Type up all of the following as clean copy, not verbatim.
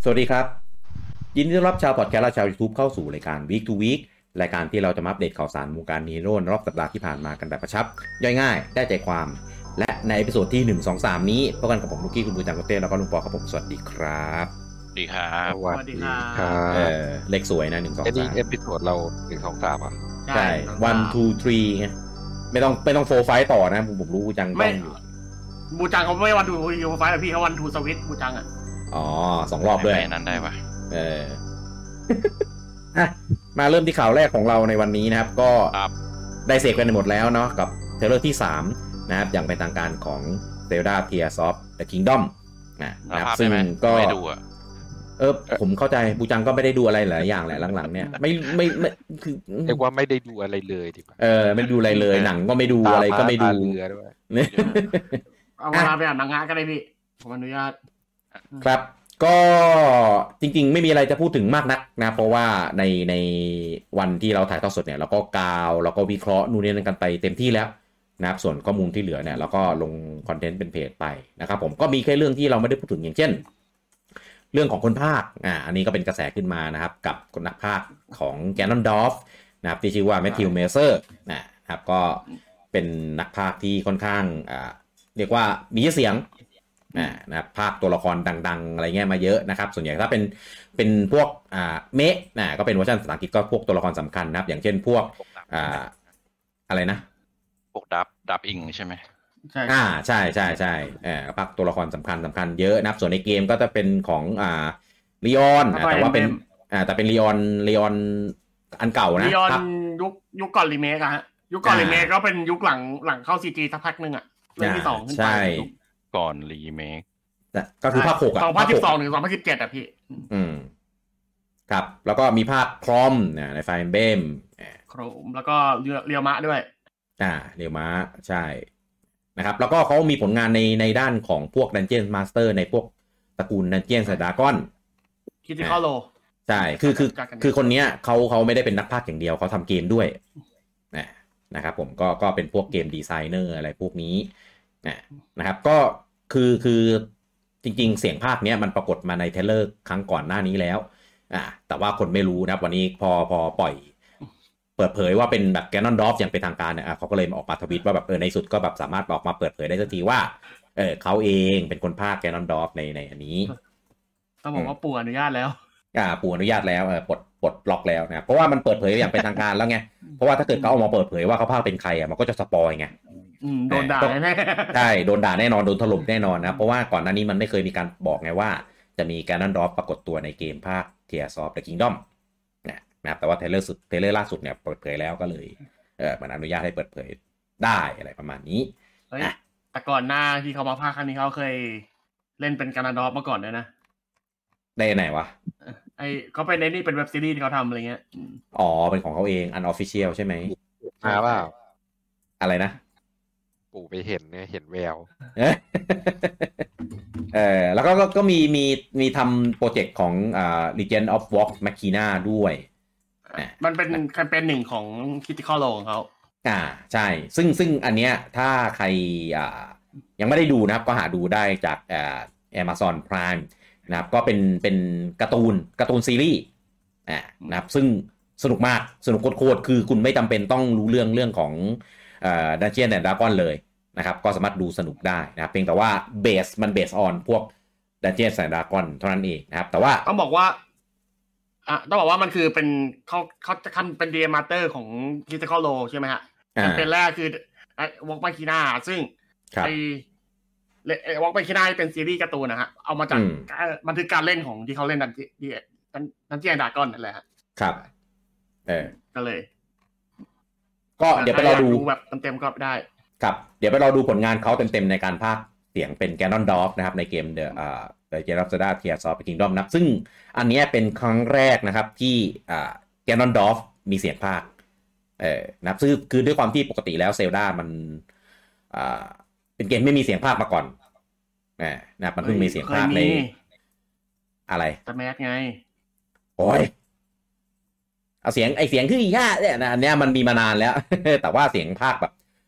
สวัสดีครับยินดีต้อนรับชาวพอดแคสต์และชาว YouTube เข้าสู่รายการ Week to Week รายการที่เราจะมาอัปเดตข่าวสารวงการฮีโร่รอบสัปดาห์ที่ผ่านมากันแบบกระชับย่อยง่ายได้ใจความและในเอพิโซดที่1 2 3นี้พบกันกับผมลูกี้คุณบูจังโกเต้แล้วก็ลุงปอครับผมสวัสดีครับดีครับสวัสดีครับเลขสวยนะ1 2 3 อันนี้เอพิโซดเรา1 2 3อ่ะใช่1 2 3ไงไม่ต้องโฟร์ไฟต์ต่อนะผมรู้บูจังต้องอยู่บูจังเขาไม่วันทูโฟร์ไฟต์แต่พี่เขาวันทูสวิตบูจังอ่ะอ๋อ2 รอบด้วยนั้นได้ปะมาเริ่มที่ข่าวแรกของเราในวันนี้นะครับก็ได้เสพกันหมดแล้วเนาะกับเทรลเลอร์ที่3นะครับอย่างเป็นทางการของ Zelda Tears of the Kingdom นะครับซึ่งก็ไม่ดูผมเข้าใจบูจังก็ไม่ได้ดูอะไรหลายอย่างแหละหลังๆเนี่ยไม่คือเรียกว่าไม่ได้ดูอะไรเลยดีกว่าไม่ดูอะไรเลยหนังก็ไม่ดูอะไรก็ไม่ดูเอาเวลาไปอ่านมังงะก็ได้พี่ผมอนุญาตครับก็จริงๆไม่มีอะไรจะพูดถึงมากนักนะเพราะว่าในวันที่เราถ่ายทอดสดเนี่ยเราก็กาวเราก็วิเคราะห์นู่นนี่นั่นกันไปเต็มที่แล้วนะครับส่วนข้อมูลที่เหลือเนี่ยเราก็ลงคอนเทนต์เป็นเพจไปนะครับผมก็มีแค่เรื่องที่เราไม่ได้พูดถึงอย่างเช่นเรื่องของคนภาคอันนี้ก็เป็นกระแสขึ้นมานะครับกับคนนักภาคของแกนนอนดอฟนะครับที่ชื่อว่าแมทธิวเมเซอร์นะครับก็เป็นนักภาคที่ค่อนข้างเรียกว่ามีชื่อเสียงนะครับภาคตัวละครดังๆอะไรเงี้ยมาเยอะนะครับส่วนใหญ่ถ้าเป็นพวกเมะก็เป็นเวอร์ชันภาษาอังกฤษก็พวกตัวละครสำคัญนะครับอย่างเช่นพวกอะไรนะพวกดับอิงใช่ไหมใช่ภาคตัวละครสำคัญเยอะนะครับส่วนในเกมก็จะเป็นของลีออนแต่ว่าเป็นแต่เป็นลีออนอันเก่านะลีออนยุคก่อนรีเมคอะฮะยุคก่อนรีเมคก็เป็นยุคหลังเข้าซีจีสักพักนึงอะเรื่องที่2ขึ้นไปก่อนรีเมคก็คือภาค6อ่ะ 2012 ถึง 2017อ่ะพี่ครับแล้วก็มีภาคพร้อมในไฟเบมโครมแล้วก็เรียวมะด้วยเรียวมะใช่นะครับแล้วก็เขามีผลงานในด้านของพวก Dungeon Master ในพวกตระกูล Dungeon Dragon Critical Role ใช่คือคนนี้เขาไม่ได้เป็นนักพากย์อย่างเดียวเขาทำเกมด้วยนะครับผมก็เป็นพวกเกมดีไซเนอร์อะไรพวกนี้นะครับก็คือจริงๆเสียงภาคเนี้ยมันปรากฏมาในเทรลเลอร์ครั้งก่อนหน้านี้แล้วแต่ว่าคนไม่รู้นะครับวันนี้พอปล่อยเปิดเผยว่าเป็นแบบแกนนอนดอฟอย่างเป็นทางการเนี่ยเขาก็เลยออกมาทวีตว่าแบบในสุดก็แบบสามารถออกมาเปิดเผยได้สักทีว่าเขาเองเป็นคนภาคแกนนอนดอฟในอันนี้ต้องบอกว่าปู่อนุญาตแล้วปู่อนุญาตแล้วปลดล็อกแล้วนะเพราะว่ามันเปิดเผยอย่างเป็นทางการแล้วไงเพราะว่าถ้าเกิดเขาออกมาเปิดเผยว่าเขาภาคเป็นใครมันก็จะสปอยไงโดนด่าแน่ใช่โดนด่าแน่นอนโดนถล่มแน่นอนนะเพราะว่าก่อนหน้านี้มันไม่เคยมีการบอกไงว่าจะมีแกนนอนดอฟปรากฏตัวในเกมภาค Tears of the Kingdom นะครับแต่ว่าเทรลเลอร์ล่าสุดเนี่ยเปิดเผยแล้วก็เลยมันอนุญาตให้เปิดเผยได้อะไรประมาณนี้แต่ก่อนหน้าที่เขามาภาคครั้งนี้เขาเคยเล่นเป็นแกนนอนดอฟมาก่อนด้วยนะได้ไหนวะเขาเป็นนี่เป็นเว็บซีรีส์ที่เขาทำอะไรเงี้ยเป็นของเขาเอง unofficial ใช่ไหมเปล่าอะไรนะปู่ไปเห็นเนี่ยเห็นแววแล้วก็มีทำโปรเจกต์ของLegend of Vox Machina ด้วยมันเป็นแคมเปญหนึ่งของ Critical Role ของเขาใช่ซึ่งอันเนี้ยถ้าใครยังไม่ได้ดูนะครับก็หาดูได้จากAmazon Prime นะครับก็เป็นการ์ตูนซีรีส์นะครับซึ่งสนุกมากสนุกโคตรคือคุณไม่จำเป็นต้องรู้เรื่องของDungeons and Dragons เลยนะครับก็สามารถดูสนุกได้นะครับเพียงแต่ว่ามันเบสออนพวก Dungeons and Dragons เท่านั้นเองนะครับแต่ว่าต้องบอกว่ามันคือเป็นเขาจะทำเป็น DM Master ของ Critical Role ใช่ไหมฮะเป็นแรกคือVox Machina ซึ่งVox Machina เป็นซีรีส์การ์ตูนนะฮะเอามาจากบันทึกการเล่นของที่เขาเล่นDungeons and Dragons นั่นแหละครับก็เลยก็เดี๋ยวไปรอดูแบบเต็มๆก็ได้ครับเดี๋ยวไปรอดูผลงานเขาเต็มๆในการพากย์เสียงเป็นแกนนอนดอฟนะครับในเกมThe Legend of Zelda Tears of the Kingdom นะซึ่งอันนี้เป็นครั้งแรกนะครับที่แกนนอนดอฟมีเสียงพากย์นะครับคือด้วยความที่ปกติแล้วเซลดามันเป็นเกมไม่มีเสียงพากย์มาก่อนนะครับมันเพิ่งมีเสียงพากย์ในอะไรสแมทไงโอ้ยเอาเสียงคืออีกแค่เนี่ยอันเนี้ยมันมีมานานแล้ว แต่ว่าเสียงพากย์แบบ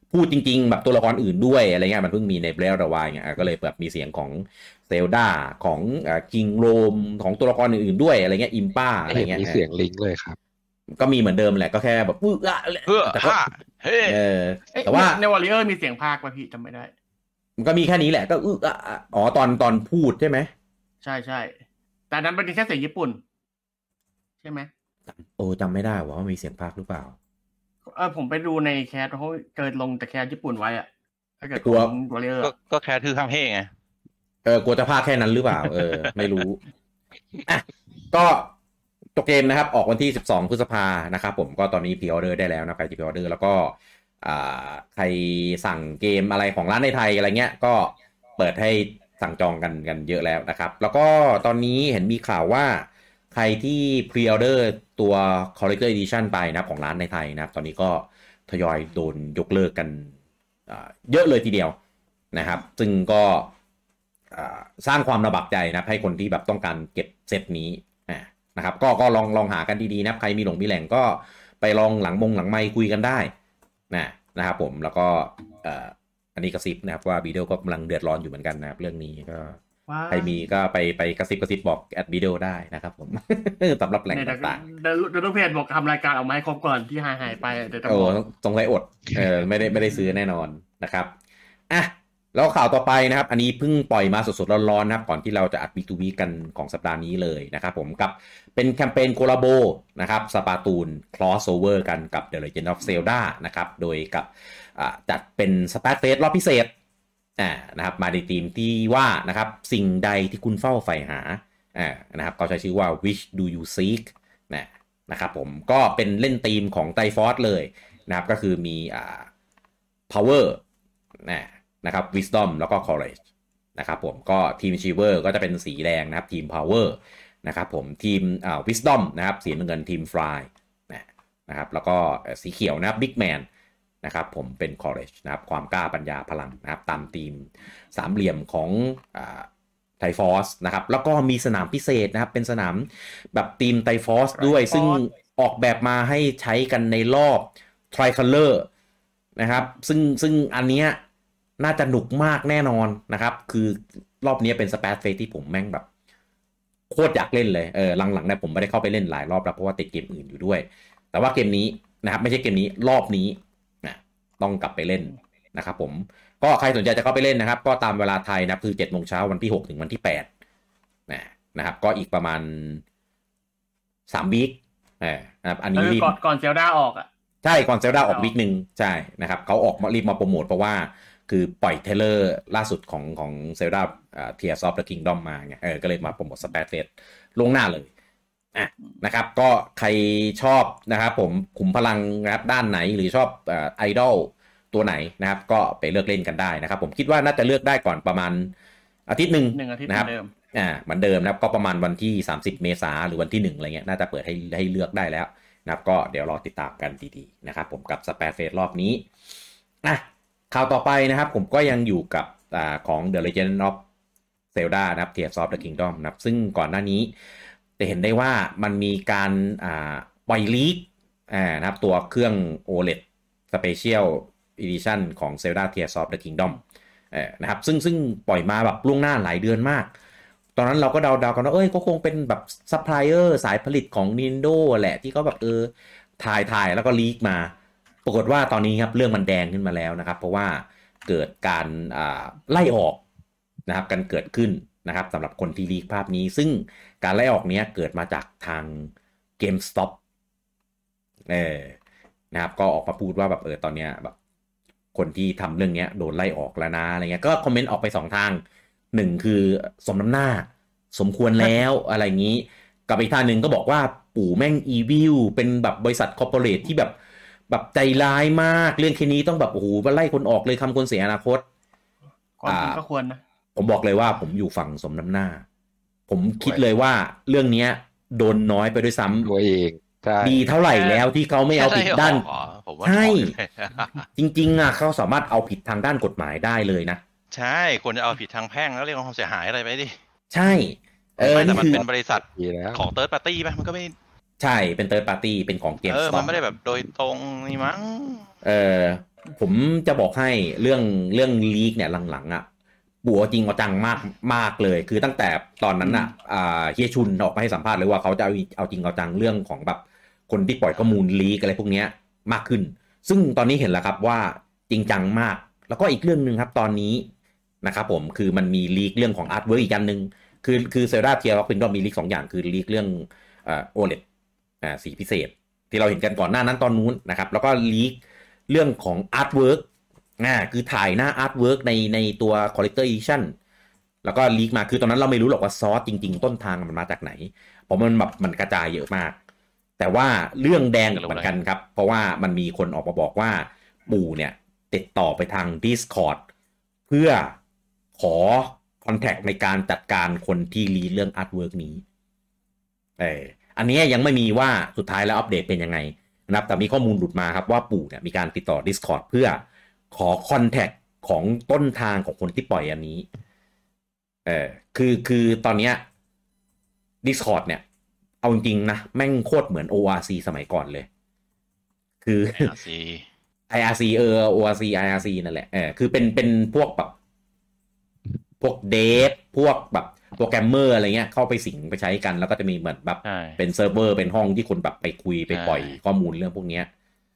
พูดจริงๆแบบตัวละครอื่นด้วยอะไรเงี้ยมันเพิ่งมีใน Breath of the Wild เงี้ยก็เลยแบบมีเสียงของเซลดาของคิงโรมของตัวละครอื่นๆด้วยอะไรเงี้ยอิมป้าอะไรเงี้ยมีเสียงลิงก์เลยครับก็มีเหมือนเดิมแหละก็แค่แบบแต่ก็เฮ้แต่ว่าในวอริเออร์มีเสียงพากย์ป่ะพี่จำไม่ได้มันก็มีแค่นี้แหละก็อ๋อตอนพูดใช่ไหมใช่แต่นั้นเป็นแค่เสียงญี่ปุ่นใช่ไหมโอ้จำไม่ได้ว่ามีเสียงพากย์หรือเปล่าผมไปดูในแคสเขาเกิดลงแต่แคสญี่ปุ่นไว้อะถ้าเกิดกลัววอริเออร์ก็แค่ทื่อข้ามเฮไงกลัวจะพากย์แค่นั้นหรือเปล่าไม่รู้อ่ะก็ตัวเกมนะครับออกวันที่12พฤษภานะครับผมก็ตอนนี้พรีออเดอร์ได้แล้วนะใครจะพรีออเดอร์แล้วก็ใครสั่งเกมอะไรของร้านในไทยอะไรเงี้ยก็เปิดให้สั่งจองกันเยอะแล้วนะครับแล้วก็ตอนนี้เห็นมีข่าวว่าใครที่พรีออเดอร์ตัว Collector Edition ไปนะของร้านในไทยนะครับตอนนี้ก็ทยอยโดนยกเลิกกันเยอะเลยทีเดียวนะครับซึ่งก็สร้างความระบากใจนะให้คนที่แบบต้องการเก็บเซตนี้นะครับก็ลองหากันดีๆนะใครมีหลงมีแหล่งก็ไปลองหลังไมค์คุยกันได้นะครับผมแล้วก็อันนี้กระซิบนะครับว่าบีเดลก็กำลังเดือดร้อนอยู่เหมือนกันนะครับเรื่องนี้ก็ใครมีก็ไปกระซิบบอกแอดบีเดลได้นะครับผมสำหรับแหล่งต่างๆเดี๋ยวต้องเพจบอกทำรายการออกมาให้ครบก่อนที่หายไปเดี๋ยวตรงไรอดไม่ได้ซื้อแน่นอนนะครับอ่ะแล้วข่าวต่อไปนะครับอันนี้เพิ่งปล่อยมาสดๆร้อนๆนะครับก่อนที่เราจะอัดวีคทูวีกันของสัปดาห์นี้เลยนะครับผมกับเป็นแคมเปญโคลาโบนะครับสปาตูนคลอสโอเวอร์กันกับ The Legend of Zelda นะครับโดยกับจัดเป็นสเปซเฟสรอบพิเศษนะครับมาในธีมที่ว่านะครับสิ่งใดที่คุณเฝ้าใฝ่หานะครับเขาใช้ชื่อว่า Which do you seek นะครับผมก็เป็นเล่นธีมของไตฟอสเลยนะครับก็คือมีpower นะครับ wisdom แล้วก็ courage นะครับผมก็ทีม achiever ก็จะเป็นสีแดงนะครับทีม power นะครับผมทีมwisdom นะครับสีน้ำเงินทีม fly นะครับแล้วก็สีเขียวนะครับ big man นะครับผมเป็น courage นะครับความกล้าปัญญาพลังนะครับตามทีมสามเหลี่ยมของไทฟอสนะครับแล้วก็มีสนามพิเศษนะครับเป็นสนามแบบทีมไทฟอสด้วยซึ่งออกแบบมาให้ใช้กันในรอบ Tricolor นะครับซึ่งอันเนี้ยน่าจะหนุกมากแน่นอนนะครับคือรอบนี้เป็นสเปซเฟสที่ผมแม่งแบบโคตรอยากเล่นเลยหลังๆเนี่ยผมไม่ได้เข้าไปเล่นหลายรอบแล้วเพราะว่าติดเกมอื่นอยู่ด้วยแต่ว่าเกมนี้นะครับไม่ใช่เกมนี้รอบนี้ต้องกลับไปเล่นนะครับผมก็ใครสนใจจะเข้าไปเล่นนะครับก็ตามเวลาไทยนะคือ 7:00 นวันที่6ถึงวันที่8นะครับก็อีกประมาณ3วีคนะครับอันนี้ก่อนเซลดาออกอ่ะใช่ก่อนเซลดาออกวีคนึงใช่นะครับเขาออกมารีบมาโปรโมทเพราะว่าคือปล่อยเทเลอร์ล่าสุดของเซลดาTears of the Kingdom มาไงก็เลยมาโปรโมทสเปซเฟสล่วงหน้าเลยนะครับก็ใครชอบนะครับผมขุมพลังนะครับด้านไหนหรือชอบไอดอลตัวไหนนะครับก็ไปเลือกเล่นกันได้นะครับผมคิดว่าน่าจะเลือกได้ก่อนประมาณอาทิตย์นึงนะครับเหมือนเดิมนะครับก็ประมาณวันที่30 เมษายนหรือวันที่1อะไรเงี้ยน่าจะเปิดให้เลือกได้แล้วนะครับก็เดี๋ยวรอติดตามกันดีๆนะครับผมกับสเปซเฟสรอบนี้ข่าวต่อไปนะครับผมก็ยังอยู่กับของ The Legend of Zelda นะครับ Tears of the Kingdom นะครับซึ่งก่อนหน้านี้จะเห็นได้ว่ามันมีการปล่อยลีกนะครับตัวเครื่อง OLED Special Edition ของ Zelda Tears of the Kingdom นะครับซึ่งปล่อยมาแบบล่วงหน้าหลายเดือนมากตอนนั้นเราก็เดากันว่าก็คงเป็นแบบซัพพลายเออร์สายผลิตของ Nintendo แหละที่เขาแบบถ่ายแล้วก็ลีกมาปรากฏว่าตอนนี้ครับเรื่องมันแดงขึ้นมาแล้วนะครับเพราะว่าเกิดการไล่ออกนะครับกันเกิดขึ้นนะครับสำหรับคนที่ลีกภาพนี้ซึ่งการไล่ออกนี้เกิดมาจากทาง GameStop นะครับก็ออกมาพูดว่าแบบตอนเนี้ยแบบคนที่ทำเรื่องนี้โดนไล่ออกแล้วนะอะไรเงี้ยก็คอมเมนต์ออกไป2ทาง1คือสมน้ำหน้าสมควรแล้วอะไรอย่างนี้กับอีกทางหนึ่งก็บอกว่าปู่แม่งอีวิลเป็นแบบบริษัทคอร์ปอเรทที่แบบใจร้ายมากเรื่องแค่นี้ต้องแบบโอ้โหมาไล่คนออกเลยทำคนเสียอนาคตก็ควรนะผมบอกเลยว่าผมอยู่ฝั่งสมน้ำหน้าผมคิดเลยว่าเรื่องนี้โดนน้อยไปด้วยซ้ำตัวเองดีเท่าไหร่แล้วที่เขาไม่เอาผิดด้านใช่จริงๆเขาสามารถเอาผิดทางด้านกฎหมายได้เลยนะใช่ควรจะเอาผิดทางแพ่งแล้วเรียกความเสียหายอะไรไปดิใช่แต่มันเป็นบริษัทของ Third Party ป่ะมันก็ไม่ใช่เป็น third party เป็นของ GameStop มันไม่ได้แบบโดยตรงนี่มั้งเออผมจะบอกให้เรื่องลีกเนี่ยหลังๆอ่ะบัวจริงเอาจังมากเลยคือตั้งแต่ตอนนั้นอ่ะเฮียชุนออกมาให้สัมภาษณ์เลยว่าเขาจะเอาจริงเอาจังเรื่องของแบบคนที่ปล่อยข้อมูลลีกอะไรพวกเนี้ยมากขึ้นซึ่งตอนนี้เห็นแล้วครับว่าจริงจังมากแล้วก็อีกเรื่องนึงครับตอนนี้นะครับผมคือมันมีลีกเรื่องของอาร์ตเวิร์กอีกอันนึงคือเซลดาเทียร์เป็นก็มีลีก2 อย่างคือลีกเรื่องOLED สีพิเศษที่เราเห็นกันก่อนหน้านั้นตอนนู้นนะครับแล้วก็ลีกเรื่องของอาร์ตเวิร์กคือถ่ายหน้าอาร์ตเวิร์กในตัว Collector Edition แล้วก็ลีกมาคือตอนนั้นเราไม่รู้หรอกว่าซอสจริงๆต้นทางมันมาจากไหนเพราะมันกระจายเยอะมากแต่ว่าเรื่องแดงเหมือนกันครับเพราะว่ามันมีคนออกมาบอกว่าปู่เนี่ยติดต่อไปทาง Discord เพื่อขอคอนแทคในการจัดการคนที่ลีกเรื่องอาร์ตเวิร์กนี้อันนี้ยังไม่มีว่าสุดท้ายแล้วอัปเดตเป็นยังไงนะครับแต่มีข้อมูลหลุดมาครับว่าปู่เนี่ยมีการติดต่อ Discord เพื่อขอคอนแทคของต้นทางของคนที่ปล่อยอันนี้คือตอนเนี้ย Discord เนี่ยเอาจริงๆนะแม่งโคตรเหมือน ORC สมัยก่อนเลยคือ IRC ORC IRC นั่นแหละคือเป็นพวกแบบพวกเดฟพวกแบบโปรแกรมเมอร์อะไรเงี้ยเข้าไปสิงไปใช้กันแล้วก็จะมีเหมือนแบบเป็นเซิร์ฟเวอร์เป็นห้องที่คนแบบไปคุยไปปล่อยข้อมูลเรื่องพวกเนี้ย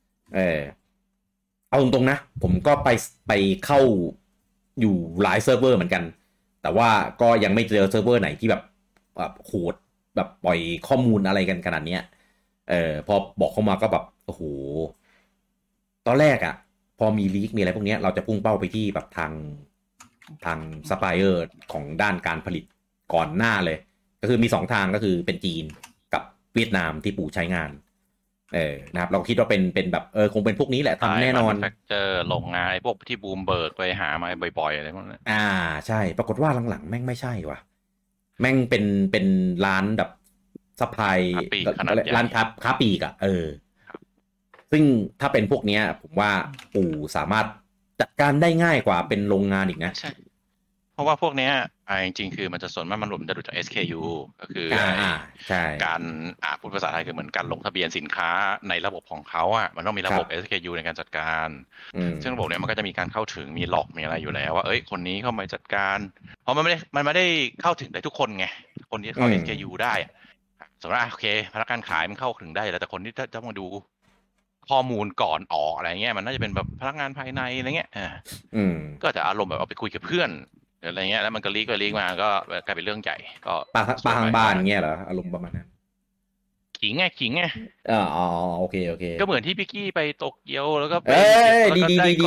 เอาตรงๆนะผมก็ไปเข้าอยู่หลายเซิร์ฟเวอร์เหมือนกันแต่ว่าก็ยังไม่เจอเซิร์ฟเวอร์ไหนที่แบบโหดแบบปล่อยข้อมูลอะไรกันขนาดเนี้ยพอบอกเข้ามาก็แบบโอ้โหตอนแรกอ่ะพอมีลีกมีอะไรพวกเนี้ยเราจะพุ่งเป้าไปที่แบบทางซัพพลายเออร์ของด้านการผลิตก่อนหน้าเลยก็คือมี2 ทางก็คือเป็นจีนกับเวียดนามที่ปู่ใช้งานนะครับเราคิดว่าเป็นแบบคงเป็นพวกนี้แหละทำแน่นอนเจอโรงงานไอ้พวกที่บูมเบิร์กไปหามาบ่อยๆอะไรพวกนั้นใช่ปรากฏว่าหลังๆแม่งไม่ใช่ว่ะแม่งเป็นร้านแบบซัพพลายร้านค้าปีกอ่ะซึ่งถ้าเป็นพวกนี้ผมว่าปู่สามารถจัดการได้ง่ายกว่าเป็นโรงงานอีกนะใช่เพราะว่าพวกนี้จริงๆคือมันจะส่วนมากมันหลุดจะดูจาก SKU ก็คือการพูดภาษาไทยคือเหมือนการลงทะเบียนสินค้าในระบบของเขามันต้องมีระบบ SKU ในการจัดการซึ่งระบบเนี้ยมันก็จะมีการเข้าถึงมีล็อกมีอะไรอยู่แล้วว่าคนนี้เข้ามาจัดการเพราะมันไม่ได้เข้าถึงได้ทุกคนไงคนที่เข้า SKU ได้สมมติว่าโอเคพนักงานขายมันเข้าถึงได้แต่คนที่จะมาดูข้อมูลก่อนออกอะไรเงี้ยมันน่าจะเป็นแบบพนักงานภายในอะไรเงี้ยก็จะอารมณ์แบบเอาไปคุยกับเพื่อนอะไรเงี้ยแล้วมันก็ลีกมาก็กลายเป็นเรื่องใหญ่ก็ปาทางบ้านเงี้ยเหรออารมณ์ประมาณนั้นขิงไงอ๋อโอเคก็เหมือนที่พี่กี้ไปโตเกียวแล้วก็ไปดี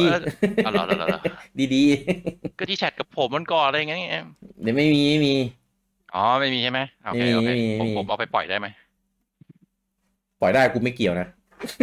ดีก็ที่แชทกับผมมันก่อนอะไรเงี้ยเดี๋ยวไม่มีไม่มีใช่ไหมโอเคผมเอาไปปล่อยได้ไหมปล่อยได้กูไม่เกี่ยวนะ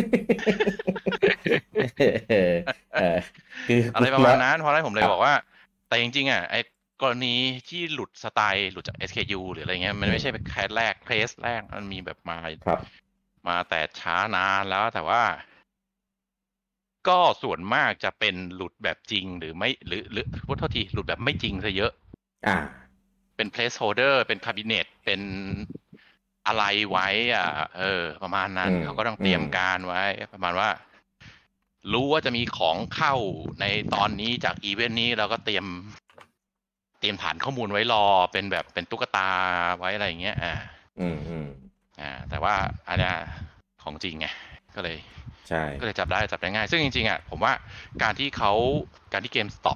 คืออะไรประมาณนั้นเพราะอะไรผมเลยบอกว่าแต่จริงๆไอ้กรณีที่หลุดสไตล์หลุดจาก SKU หรืออะไรเงี้ยมันไม่ใช่เป็นเพลสแรกมันมีแบบมาแต่ช้านานแล้วแต่ว่าก็ส่วนมากจะเป็นหลุดแบบจริงหรือไม่หรือพูดเท่าทีหลุดแบบไม่จริงซะเยอะเป็น placeholder เป็น cabinet เป็นอะไรไว้ประมาณนั้นเขาก็ต้องเตรียมการไว้ประมาณว่ารู้ว่าจะมีของเข้าในตอนนี้จากอีเวนต์นี้เราก็เตรียมฐานข้อมูลไว้รอเป็นแบบเป็นตุ๊กตาไว้อะไรอย่างเงี้ยแต่ว่าอันนี้ของจริงไงก็เลยจับได้ง่ายซึ่งจริงๆผมว่าการที่เกมสต็อป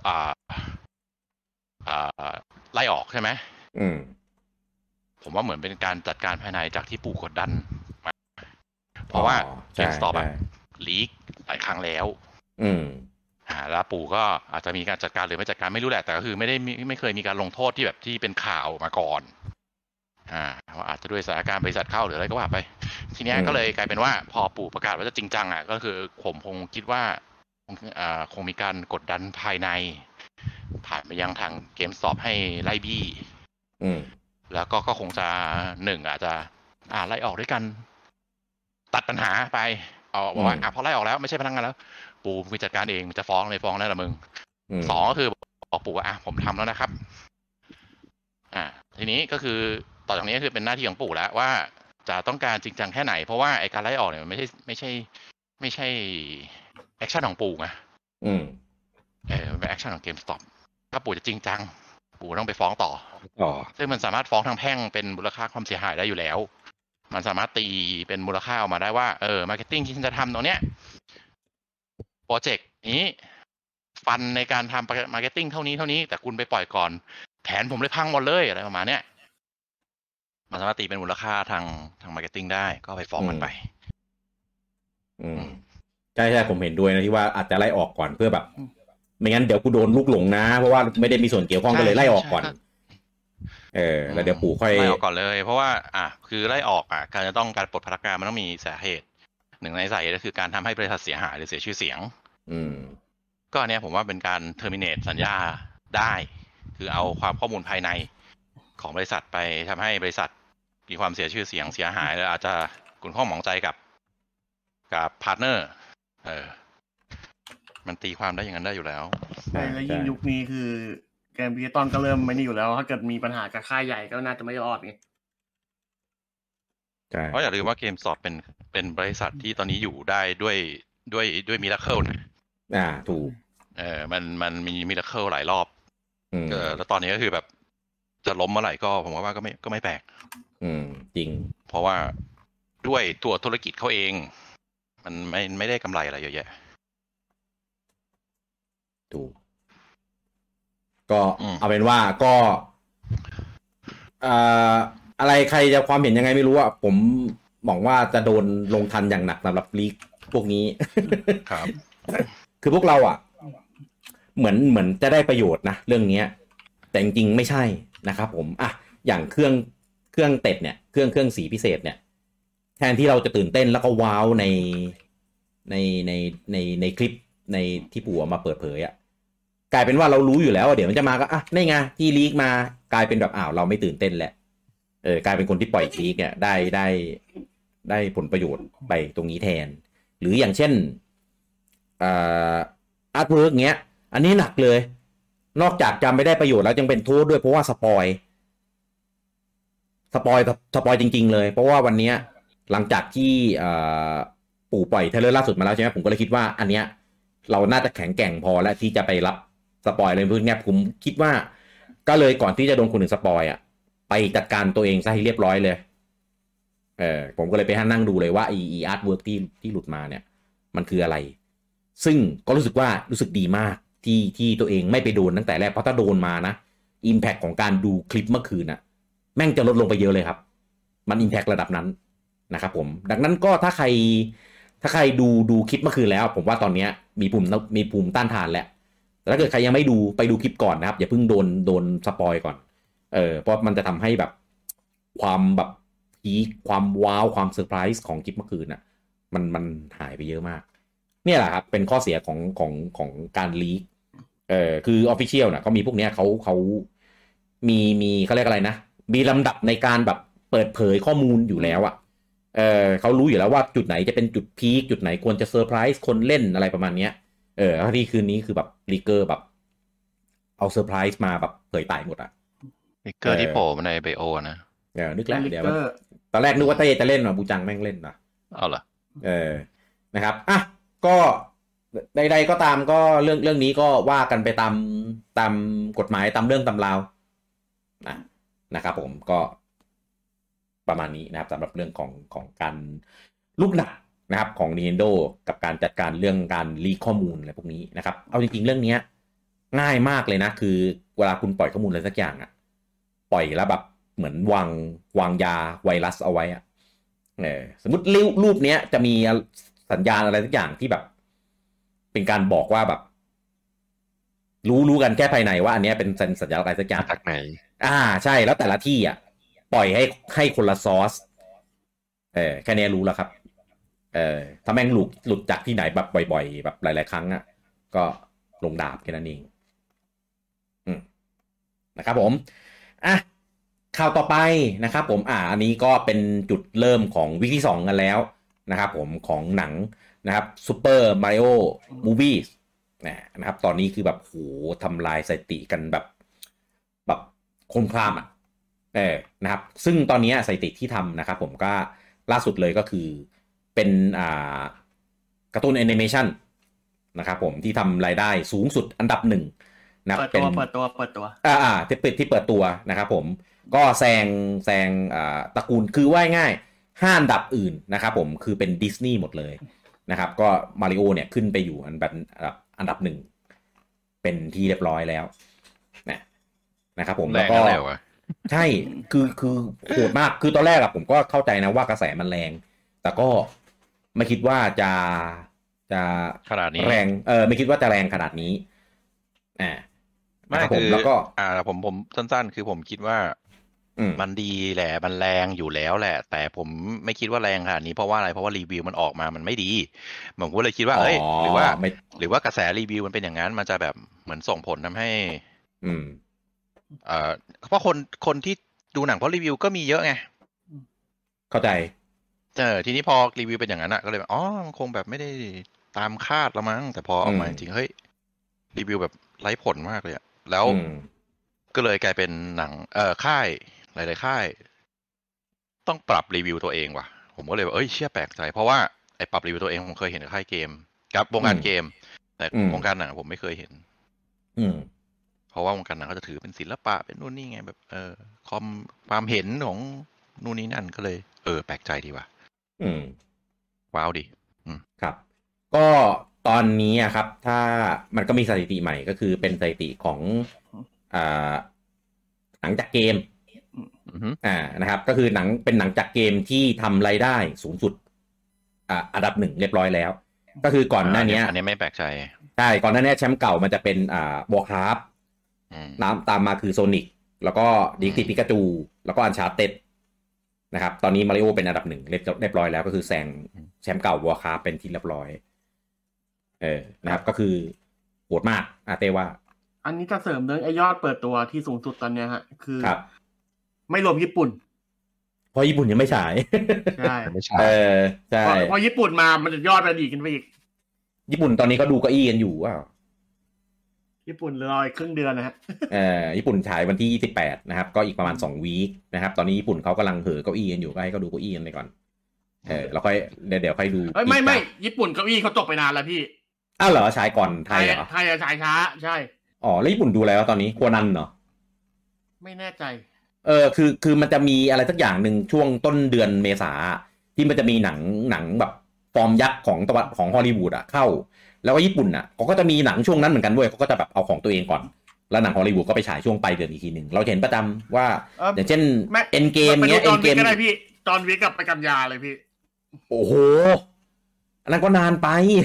ไล่ออกใช่ไหมผมว่าเหมือนเป็นการจัดการภายในจากที่ปู่กดดันเพราะว่าเกมสต็อปลีกหลายครั้งแล้วแล้วปู่ก็อาจจะมีการจัดการหรือไม่จัดการไม่รู้แหละแต่ก็คือไม่เคยมีการลงโทษที่แบบที่เป็นข่าวมาก่อนว่าอาจจะด้วยสถานการณ์บริษัทเข้าหรืออะไรก็ว่าไปทีนี้ก็เลยกลายเป็นว่าพอปู่ประกาศว่าจะจริงจังก็คือผมคงคิดว่าคงมีการกดดันภายในผ่านไปยังทางเกมสต็อปให้ไล่บี้แล้วก็คงจะอาจจะไล่ออกด้วยกันตัดปัญหาไปบอกว่าพอไล่ออกแล้วไม่ใช่พนักงานแล้วปู่มึงจัดการเองจะฟ้องเลยฟ้องได้ละมึง2ก็คือบอกปู่ว่าผมทำแล้วนะครับทีนี้ก็คือต่อจากนี้คือเป็นหน้าที่ของปู่แล้วว่าจะต้องการจริงจังแค่ไหนเพราะว่าไอการไล่ออกเนี่ยมันไม่ใช่แอคชั่นของปู่ไงมันเป็นแอคชั่นของ GameStop ถ้าปู่จะจริงจังปู่ต้องไปฟ้องต่อซึ่งมันสามารถฟ้องทางแพ่งเป็นมูลค่าความเสียหายได้อยู่แล้วมันสามารถตีเป็นมูลค่าออกมาได้ว่ามาร์เก็ตติ้งที่ฉันจะทำตรงเนี้ยโปรเจกต์นี้ฟันในการทำมาร์เก็ตติ้งเท่านี้แต่คุณไปปล่อยก่อนแผนผมเลยพังหมดเลยอะไรประมาณเนี้ยมันสามารถตีเป็นมูลค่าทางมาร์เก็ตติ้งได้ก็ไปฟ้องมันไปใช่ผมเห็นด้วยนะที่ว่าอาจจะไล่ออกก่อนเพื่อแบบไม่งั้นเดี๋ยวกูโดนลูกหลงนะเพราะว่าไม่ได้มีส่วนเกี่ยวข้องก็เลยไล่ออกก่อนแล้วเดี๋ยวปู่ค่อยไล่ออกก่อนเลยเพราะว่าคือไล่ออกการจะต้องการปลดพนักงานมันต้องมีสาเหตุหนึ่งในสาเหตุก็คือการทำให้บริษัทเสียหายหรือเสียชื่อเสียงก็เนี่ยผมว่าเป็นการ terminate สัญญาได้คือเอาความข้อมูลภายในของบริษัทไปทำให้บริษัทมีความเสียชื่อเสียงเสียหายแล้วอาจจะขุ่นข้องหมองใจกับพาร์ทเนอร์มันตีความได้อย่างนั้นได้อยู่แล้วใช่แล้วยิ่งยุคนี้คือเกมดิจิตอลก็เริ่มไม่นี่อยู่แล้วถ้าเกิดมีปัญหากับค่ายใหญ่ก็น่าจะไม่รอดไงเพราะอย่าลืมว่าเกมสอบเป็นบริษัทที่ตอนนี้อยู่ได้ด้วยมิราเคิลนะถูกมันมีมิราเคิลหลายรอบแล้วตอนนี้ก็คือแบบจะล้มเมื่อไหร่ก็ผมว่าก็ไม่แปลกจริงเพราะว่าด้วยตัวธุรกิจเขาเองมันไม่ได้กำไรอะไรเยอะแยะถูกก็เอาเป็นว่าก็อะไรใครจะความเห็นยังไงไม่รู้อะผมหวังว่าจะโดนลงทันอย่างหนักสำหรับลีกพวกนี้ครับคือพวกเราอะเหมือนจะได้ประโยชน์นะเรื่องนี้แต่จริงๆไม่ใช่นะครับผมอย่างเครื่องเต็ดเนี่ยเครื่องสีพิเศษเนี่ยแทนที่เราจะตื่นเต้นแล้วก็ว้าวในคลิปในที่ปู่เอามาเปิดเผยกลายเป็นว่าเรารู้อยู่แล้วเดี๋ยวมันจะมาก็นี่ไงที่ลีกมากลายเป็นแบบเราไม่ตื่นเต้นแหละกลายเป็นคนที่ปล่อยลีกเนี่ยได้ผลประโยชน์ไปตรงนี้แทนหรืออย่างเช่นอาร์ตเวิร์กเงี้ยอันนี้หนักเลยนอกจากจะไม่ได้ประโยชน์แล้วยังเป็นโทษด้วยเพราะว่าสปอยจริงๆเลยเพราะว่าวันนี้หลังจากที่ปู่ปล่อยเทรลเลอร์ล่าสุดมาแล้วใช่ไหมผมก็เลยคิดว่าอันเนี้ยเราน่าจะแข็งแกร่งพอแล้วที่จะไปรับสปอยเลยเพื่อนเนี่ยผมคิดว่าก็เลยก่อนที่จะโดนคนอื่นสปอยไปจัดการตัวเองซะให้เรียบร้อยเลยผมก็เลยไปนั่งดูเลยว่าอาร์ตเวิร์กที่หลุดมาเนี่ยมันคืออะไรซึ่งก็รู้สึกดีมากที่ตัวเองไม่ไปโดนตั้งแต่แรกเพราะถ้าโดนมานะอิมแพคของการดูคลิปเมื่อคืนแม่งจะลดลงไปเยอะเลยครับมันอิมแพคระดับนั้นนะครับผมดังนั้นก็ถ้าใครดูคลิปเมื่อคืนแล้วผมว่าตอนนี้มีภูมิต้านทานแล้วแต่ถ้าเกิดใครยังไม่ดูไปดูคลิปก่อนนะครับอย่าเพิ่งโดนสปอยก่อนเพราะมันจะทำให้แบบความแบบพีคความว้าวความเซอร์ไพรส์ของคลิปเมื่อคืนมันหายไปเยอะมากเนี่ยแหละครับเป็นข้อเสียของการลีกคือ Official นะเขามีพวกเนี้ยเขามีเขาเรียกอะไรนะมีลำดับในการแบบเปิดเผยข้อมูลอยู่แล้วเขารู้อยู่แล้วว่าจุดไหนจะเป็นจุดพีคจุดไหนควรจะเซอร์ไพรส์คนเล่นอะไรประมาณเนี้ยที่คืนนี้คือแบบลีเกอร์แบบเอาเซอร์ไพรส์มาแบบเผยไต่หมดลีเกอร์ที่โผล่มาในไบโอนะนึกแล้วเดี๋ยวตอนแรกนึกว่าเต้จะเล่นบูจังแม่งเล่นนะเอาเหรอนะครับก็ใดๆก็ตามก็เรื่องนี้ก็ว่ากันไปตามกฎหมายตามเรื่องตามราวนะครับผมก็ประมาณนี้นะครับสำหรับเรื่องของการลูกหนักนะครับของ Nintendo กับการจัดการเรื่องการลีกข้อมูลอะไรพวกนี้นะครับเอาจริงๆเรื่องนี้ง่ายมากเลยนะคือเวลาคุณปล่อยข้อมูลอะไรสักอย่างปล่อยแล้วแบบเหมือนวางยาไวรัสเอาไว้สมมติรูปนี้จะมีสัญญาณอะไรสักอย่างที่แบบเป็นการบอกว่าแบบรู้กันแค่ภายในว่าอันนี้เป็นสัญญาณอะไรสักอย่างจากไหนใช่แล้วแต่ละที่ปล่อยให้คนละซอสแค่นี้รู้แล้วครับถ้าแม่งหลุดจากที่ไหนแบบบ่อยๆแบบหลายๆครั้งก็ลงดาบแค่นั้นเองนะครับผมข่าวต่อไปนะครับผมอันนี้ก็เป็นจุดเริ่มของวีคที่2กันแล้วนะครับผมของหนังนะครับ Super Mario Movies นะครับตอนนี้คือแบบโหทำลายสถิติกันแบบโคมคามนะครับซึ่งตอนนี้สถิติที่ทำนะครับผมก็ล่าสุดเลยก็คือเป็นการ์ตูนแอนิเมชันนะครับผมที่ทำรายได้สูงสุดอันดับหนึ่งนะเปิดตัวที่เปิดตัวนะครับผมก็แซงตระกูลคือว่าง่าย5อันดับอื่นนะครับผมคือเป็นดิสนีย์หมดเลยนะครับก็มาริโอเนี่ยขึ้นไปอยู่อันดับหนึ่งเป็นที่เรียบร้อยแล้วนะครับผมแล้วก็ใช่คือโหดมากคือตอนแรกอะผมก็เข้าใจนะว่ากระแสมันแรงแต่ก็ไม่คิดว่าจะขนาดนี้แรงไม่คิดว่าจะแรงขนาดนี้ไม่คือแล้วก็ผมสั้นๆคือผมคิดว่ามันดีแหละมันแรงอยู่แล้วแหละแต่ผมไม่คิดว่าแรงขนาดนี้เพราะว่าอะไรเพราะว่ารีวิวมันออกมามันไม่ดีผมก็เลยคิดว่าหรือว่ากระแสรีวิวมันเป็นอย่างนั้นมันจะแบบเหมือนส่งผลทำให้เพราะคนที่ดูหนังเพราะรีวิวก็มีเยอะไงเข้าใจทีนี้พอรีวิวเป็นอย่างนั้นก็เลยอ๋อมันคงแบบไม่ได้ตามคาดละมั้งแต่พอออกมาจริงเฮ้ยรีวิวแบบไร้ผลมากเลยแล้วก็เลยกลายเป็นหนังค่ายหลายๆค่ายต้องปรับรีวิวตัวเองว่ะผมก็เลยว่าเชี่ยแปลกใจเพราะว่าไอ้ปรับรีวิวตัวเองผมเคยเห็นในค่ายเกมกับวงการเกมแต่วงการหนังผมไม่เคยเห็นเพราะว่าวงการหนังเขาจะถือเป็นศิลปะเป็นนู่นนี่ไงแบบความเห็นของนู่นนี่นั่นก็เลยแปลกใจดีว่ะว้าวดิครับก็ตอนนี้ครับถ้ามันก็มีสถิติใหม่ก็คือเป็นสถิติของหนังจากเกมนะครับก็คือเป็นหนังจากเกมที่ทำรายได้สูงสุดอันดับ1เรียบร้อยแล้วก็คือก่อนหน้านี้อันนี้ไม่แปลกใจใช่ก่อนหน้านี้แชมป์เก่ามันจะเป็นWarcraftตามมาคือ Sonic แล้วก็Detective Pikachu แล้วก็ Uncharted นะครับตอนนี้มาริโอเป็นอันดับ1เรียบร้อยแล้วก็คือแซงแชมป์เก่า Warcraft เป็นที่เรียบร้อยนะครับก็คือโหดมากเต้ว่าอันนี้จะเสริมเรื่องไอยอดเปิดตัวที่สูงสุดตอนเนี้ยฮะคือไม่รวมญี่ปุ่นเพราะญี่ปุ่นยังไม่ฉายใช่ใช่พอญี่ปุ่นมามันจะยอดมันดีขึ้นไปอีกญี่ปุ่นตอนนี้ก็ดูเก้าอี้กันอยู่ญี่ปุ่นรออีกครึ่งเดือนนะฮะญี่ปุ่นฉายวันที่28นะครับก็อีกประมาณ2วีคนะครับตอนนี้ญี่ปุ่นเขากำลังเหอเก้าอี้กันอยู่ก็ให้เขาดูเก้าอี้กันไปก่อนแล้วค่อยเดี๋ยวค่อยดูไม่ญี่ปุ่นเก้าอี้เขาจบไปนานแล้วพี่อ้าวเหรอฉายก่อนไทยเหรอไทยฉายช้าใช่แล้วญี่ปุ่นดูอะไรวะตอนนี้โคนันเหรอไม่แน่ใจคือมันจะมีอะไรสักอย่างหนึ่งช่วงต้นเดือนเมษาที่มันจะมีหนังแบบฟอร์มยักษ์ของฮอลลีวูดเข้าแล้วก็ญี่ปุ่นเขาก็จะมีหนังช่วงนั้นเหมือนกันด้วยเขาก็จะแบบเอาของตัวเองก่อนแล้วหนังฮอลลีวูดก็ไปฉายช่วงปลายเดือนอีกทีนึงเราเห็นประจำว่าอย่างเช่นเอ็นเกมเงี้ยเอ็นเกมก็ได้พี่ตอนวิกับไปกันยาเลยพี่โอ้โหอันนั้นก็นานไป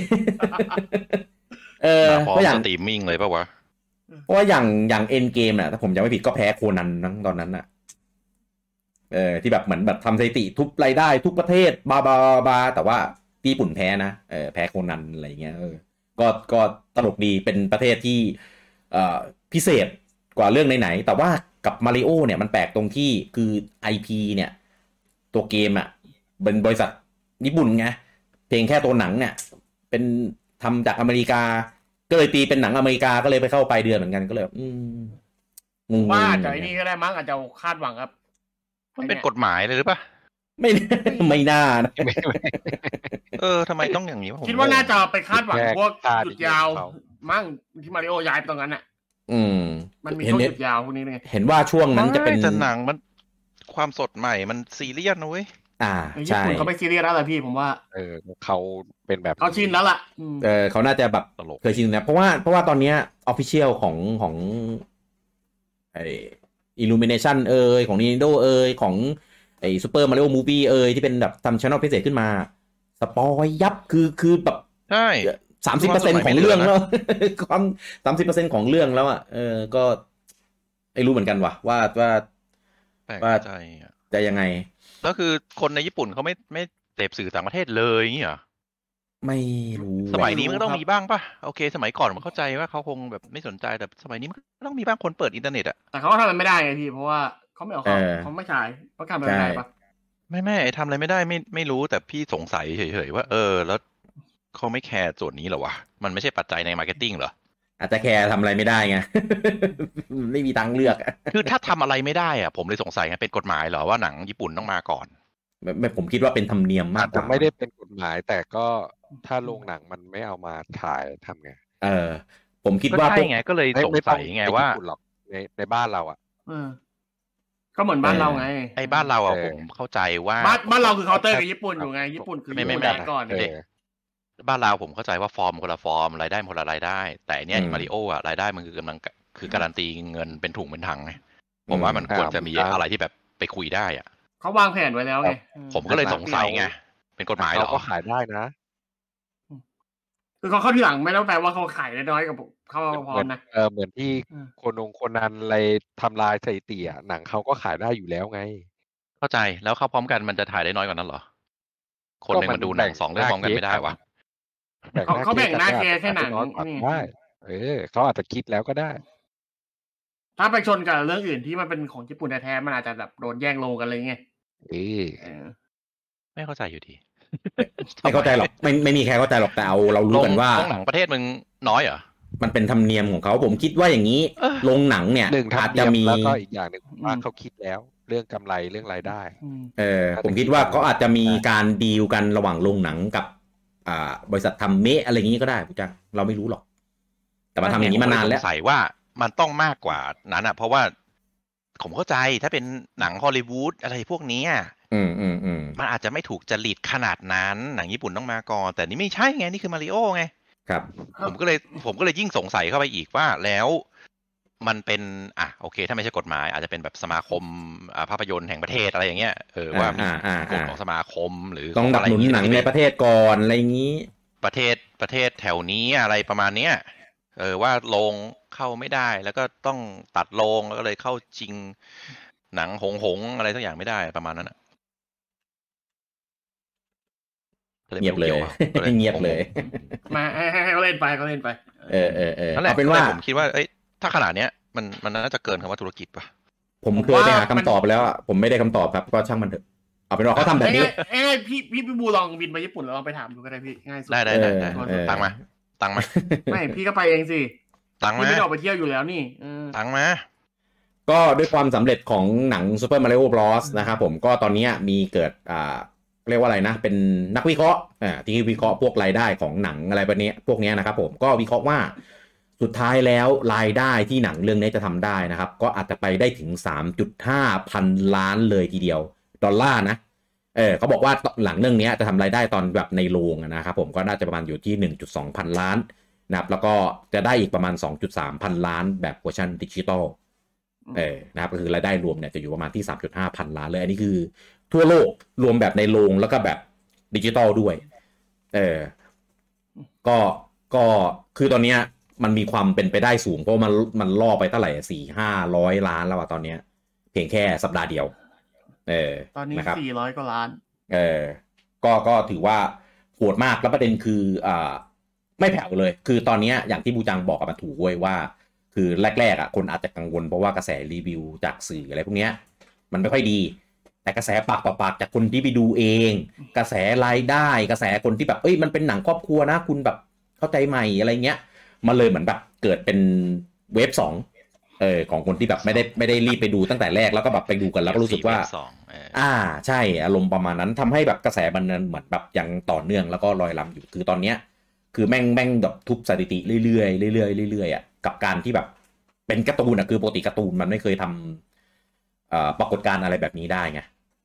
ก็อย่างสตรีมมิ่งเลยป่ะวะเพราะว่าอย่างเอ็นเกมถ้าผมจำไม่ผิดก็แพ้โคนันทั้งตอนนั้นที่แบบเหมือนแบบทำสถิติทุบรายได้ทุกประเทศบาแต่ว่าญี่ปุ่นแพ้นะแพ้โคนันอะไรเงี้ยก็ตลกดีเป็นประเทศที่พิเศษกว่าเรื่องไหนๆแต่ว่ากับมาริโอเนี่ยมันแปลกตรงที่คือ IP เนี่ยตัวเกมเป็นบริษัทญี่ปุ่นไงเพียงแค่ตัวหนังเนี่ยเป็นทำจากอเมริกาก็เลยตีเป็นหนังอเมริกาก็เลยไปเข้าปลายเดือนเหมือนกันก็เลยว่าจะนี่ก็ได้มั้งอาจจะคาดหวังครับมันเป็นกฎหมายเลยหรือเปล่าไม่น่านะทำไมต้องอย่างนี้คิดว่าน่าจะไปคาดหวังพวกหยุดยาวมั่งที่มาริโอย้ายไปตรงนั้นมันมีช่วงหยุดยาวพวกนี้ไงเห็นว่าช่วงนั้นจะเป็นหนังมันความสดใหม่มันซีเรียสนะเว้ยญี่ปุ่นเขาไม่ซีเรียสแล้วแหละพี่ผมว่าเขาเป็นแบบเขาชินแล้วล่ะเขาน่าจะแบบเคยชินนะเพราะว่าตอนนี้ official ของไอ้ Illumination ของ Nintendo ของไอ้ Super Mario Movie ที่เป็นแบบทำ channel พิเศษขึ้นมาสปอยยับคือแบบใช่ 30% ของเรื่องแล้วความ 30% ของเรื่องแล้วก็ไอ้รู้เหมือนกันว่าจะยังไงแล้วคือคนในญี่ปุ่นเขาไม่เสพสื่อต่างประเทศเลยอย่างนี้เหรอไม่รู้สมัยนี้มันต้องมีบ้างป่ะโอเคสมัยก่อนผมเข้าใจว่าเขาคงแบบไม่สนใจแต่สมัยนี้มันต้องมีบ้างคนเปิดอินเทอร์เน็ตแต่เขาทำมันไม่ได้ไงพี่เพราะว่าเขาไม่เอาเขาไม่ขายประกันไม่ได้ปะไม่ทำอะไรไม่ได้ไม่รู้แต่พี่สงสัยเฉยๆว่าแล้วเขาไม่แคร์ส่วนนี้เหรอวะมันไม่ใช่ปัจจัยในมาร์เก็ตติ้งเหรออาจจะแคร์ทำอะไรไม่ได้ไง ไม่มีตังค์เลือกคือถ้าทำอะไรไม่ได้ผมเลยสงสัยไงเป็นกฎหมายเหรอว่าหนังญี่ปุ่นต้องมาก่อนไม่ผมคิดว่าเป็นธรรมเนียมมากกว่าไม่ได้เป็นกฎหมายแต่ก็ถ้าโรงหนังมันไม่เอามาถ่ายทำไงผมคิดว่าใช่ไงก็เลยสงสัยไงว่าในบ้านเราอ่ะก็เหมือนบ้านเราไงไอ้บ้านเราอ่ะผมเข้าใจว่าบ้านเราคือเคาน์เตอร์กับญี่ปุ่นอยู่ไงญี่ปุ่นคือญี่ปุ่นได้ก่อนบ้านเราผมเข้าใจว่าฟอร์มคนละฟอร์มรายได้คนละรายได้แต่เนี่ยมาริโออ่ะรายได้มันคือกำลังคือการันตีเงินเป็นถุงเป็นถังไงผมว่ามันควรจะมีอะไรที่แบบไปคุยได้อ่ะเขาวางแผนไว้แล้วไงผมก็เลยสงสัยไงเป็นกฎหมายเหรอก็ขายได้นะคือเขาเข้าทีหลังไม่ต้องแปลว่าเขาขายได้น้อยกับเขาพร้อมนะเหมือนที่คนนั้นอะไรทำลายสถิติอ่ะหนังเขาก็ขายได้อยู่แล้วไงเข้าใจแล้วเข้าพร้อมกันมันจะถ่ายได้น้อยกว่านั้นเหรอคนนึงมันดูหนัง2เรื่องพร้อมกันไม่ได้วะเขาแบ่งหน้าแค่หนังได้เขาอาจจะคิดแล้วก็ได้ถ้าไปชนกับเรื่องอื่นที่มันเป็นของญี่ปุ่นแท้ๆมันอาจจะแบบโดนแย่งโลกันเลยไงไม่เข้าใจอยู่ดีไม่เข้าใจหรอกไม่มีใครเข้าใจหรอกแต่เรารู้กันว่าหนังประเทศมึงน้อยเหรอมันเป็นธรรมเนียมของเขาผมคิดว่าอย่างนี้โรงหนังเนี่ยอาจจะมีแล้วก็อีกอย่างนึงว่าเขาคิดแล้วเรื่องกำไรเรื่องรายได้ผมคิดว่าเขาอาจจะมีการดีลกันระหว่างโรงหนังกับบริษัททำเมะอะไรอย่างนี้ก็ได้พี่จังเราไม่รู้หรอกแต่มาทำอย่างนี้มานานแล้วใส่ว่ามันต้องมากกว่านั้นอ่ะเพราะว่าผมเข้าใจถ้าเป็นหนังฮอลลีวูดอะไรพวกนี้มันอาจจะไม่ถูกจริตขนาดนั้นหนังญี่ปุ่นต้องมาก่อนแต่นี่ไม่ใช่ไงนี่คือมาริโอไงครับผมก็เลยยิ่งสงสัยเข้าไปอีกว่าแล้วมันเป็นโอเคถ้าไม่ใช่กฎหมายอาจจะเป็นแบบสมาคมภาพยนตร์แห่งประเทศอะไรอย่างเงี้ยว่ามีกฎของสมาคมหรือต้องดับหนุนหนังในประเทศก่อนอะไรอย่างนี้ประเทศแถวนี้อะไรประมาณเนี้ยว่าโรงเข้าไม่ได้แล้วก็ต้องตัดโรงแล้วก็เลยเข้าจริงหนังหงอะไรสักอย่างไม่ได้ประมาณนั้นเงียบเลยเงียบเลยมาให้เขาเล่นไปเอาเป็นว่าผมคิดว่าถ้าขนาดเนี้ยมันน่าจะเกินคำว่าธุรกิจป่ะผมเคยไปหาคำตอบแล้วผมไม่ได้คำตอบครับก็ช่างมันเถอะเอาเป็นว่าเขาทำแบบนี้พี่บูลองบินไปญี่ปุ่นแล้วลองไปถามดูก็ได้พี่ง่ายสุดได้ตังมาไม่พี่ก็ไปเองสิตังมาไม่ได้ออกไปเที่ยวอยู่แล้วนี่ตังมาก็ด้วยความสำเร็จของหนัง Super Mario Bros นะครับผมก็ตอนนี้มีเกิดเรียกว่าอะไรนะเป็นนักวิเคราะห์ที่วิเคราะห์พวกรายได้ของหนังอะไรแบบนี้พวกนี้นะครับผมก็วิเคราะห์ว่าสุดท้ายแล้วรายได้ที่หนังเรื่องนี้จะทำได้นะครับก็อาจจะไปได้ถึง 3.5 พันล้านเลยทีเดียวดอลลาร์นะเขาบอกว่าหลังเรื่องนี้จะทำรายได้ตอนแบบในโรงนะครับผมก็น่าจะประมาณอยู่ที่ 1.2 พันล้านนะครับแล้วก็จะได้อีกประมาณ 2.3 พันล้านแบบเวอร์ชันดิจิตอลนะครับก็คือรายได้รวมเนี่ยจะอยู่ประมาณที่ 3.5 พันล้านเลยอันนี้คือทั่วโลกรวมแบบในโรงแล้วก็แบบดิจิตอลด้วยก็คือตอนนี้มันมีความเป็นไปได้สูงเพราะมันล่อไปเท่าไหร่ 400-500 ล้านแล้วตอนนี้เพียงแค่สัปดาห์เดียวตอนนี้400 กว่าล้านก็ถือว่าโหดมากแล้วประเด็นคือไม่แผ่วเลยคือตอนนี้อย่างที่บูจังบอกกับมาถูกเว้ยว่าคือแรกๆคนอาจจะกังวลเพราะว่ากระแสรีวิวจากสื่ออะไรพวกนี้มันไม่ค่อยดีแต่กระแสปากต่อปากจากคนที่ไปดูเองกระแสรายได้กระแสคนที่แบบมันเป็นหนังครอบครัวนะคุณแบบเข้าใจใหม่อะไรเงี้ยมันเลยเหมือนแบบเกิดเป็นเวฟ2ของคนที่แบบไม่ได้รีบไปดูตั้งแต่แรกแล้วก็แบบไปดูกันแล้วก็รู้สึกว่าใช่อารมณ์ประมาณนั้นทำให้แบบกระแสมันเหมือนแบบยังต่อเนื่องแล้วก็ลอยลำอยู่คือตอนเนี้ยคือแม่งแบบทุบสถิติเรื่อยๆกับการที่แบบเป็นการ์ตูนคือปกติการ์ตูนมันไม่เคยทำปรากฏการณ์อะไรแบบนี้ได้ไง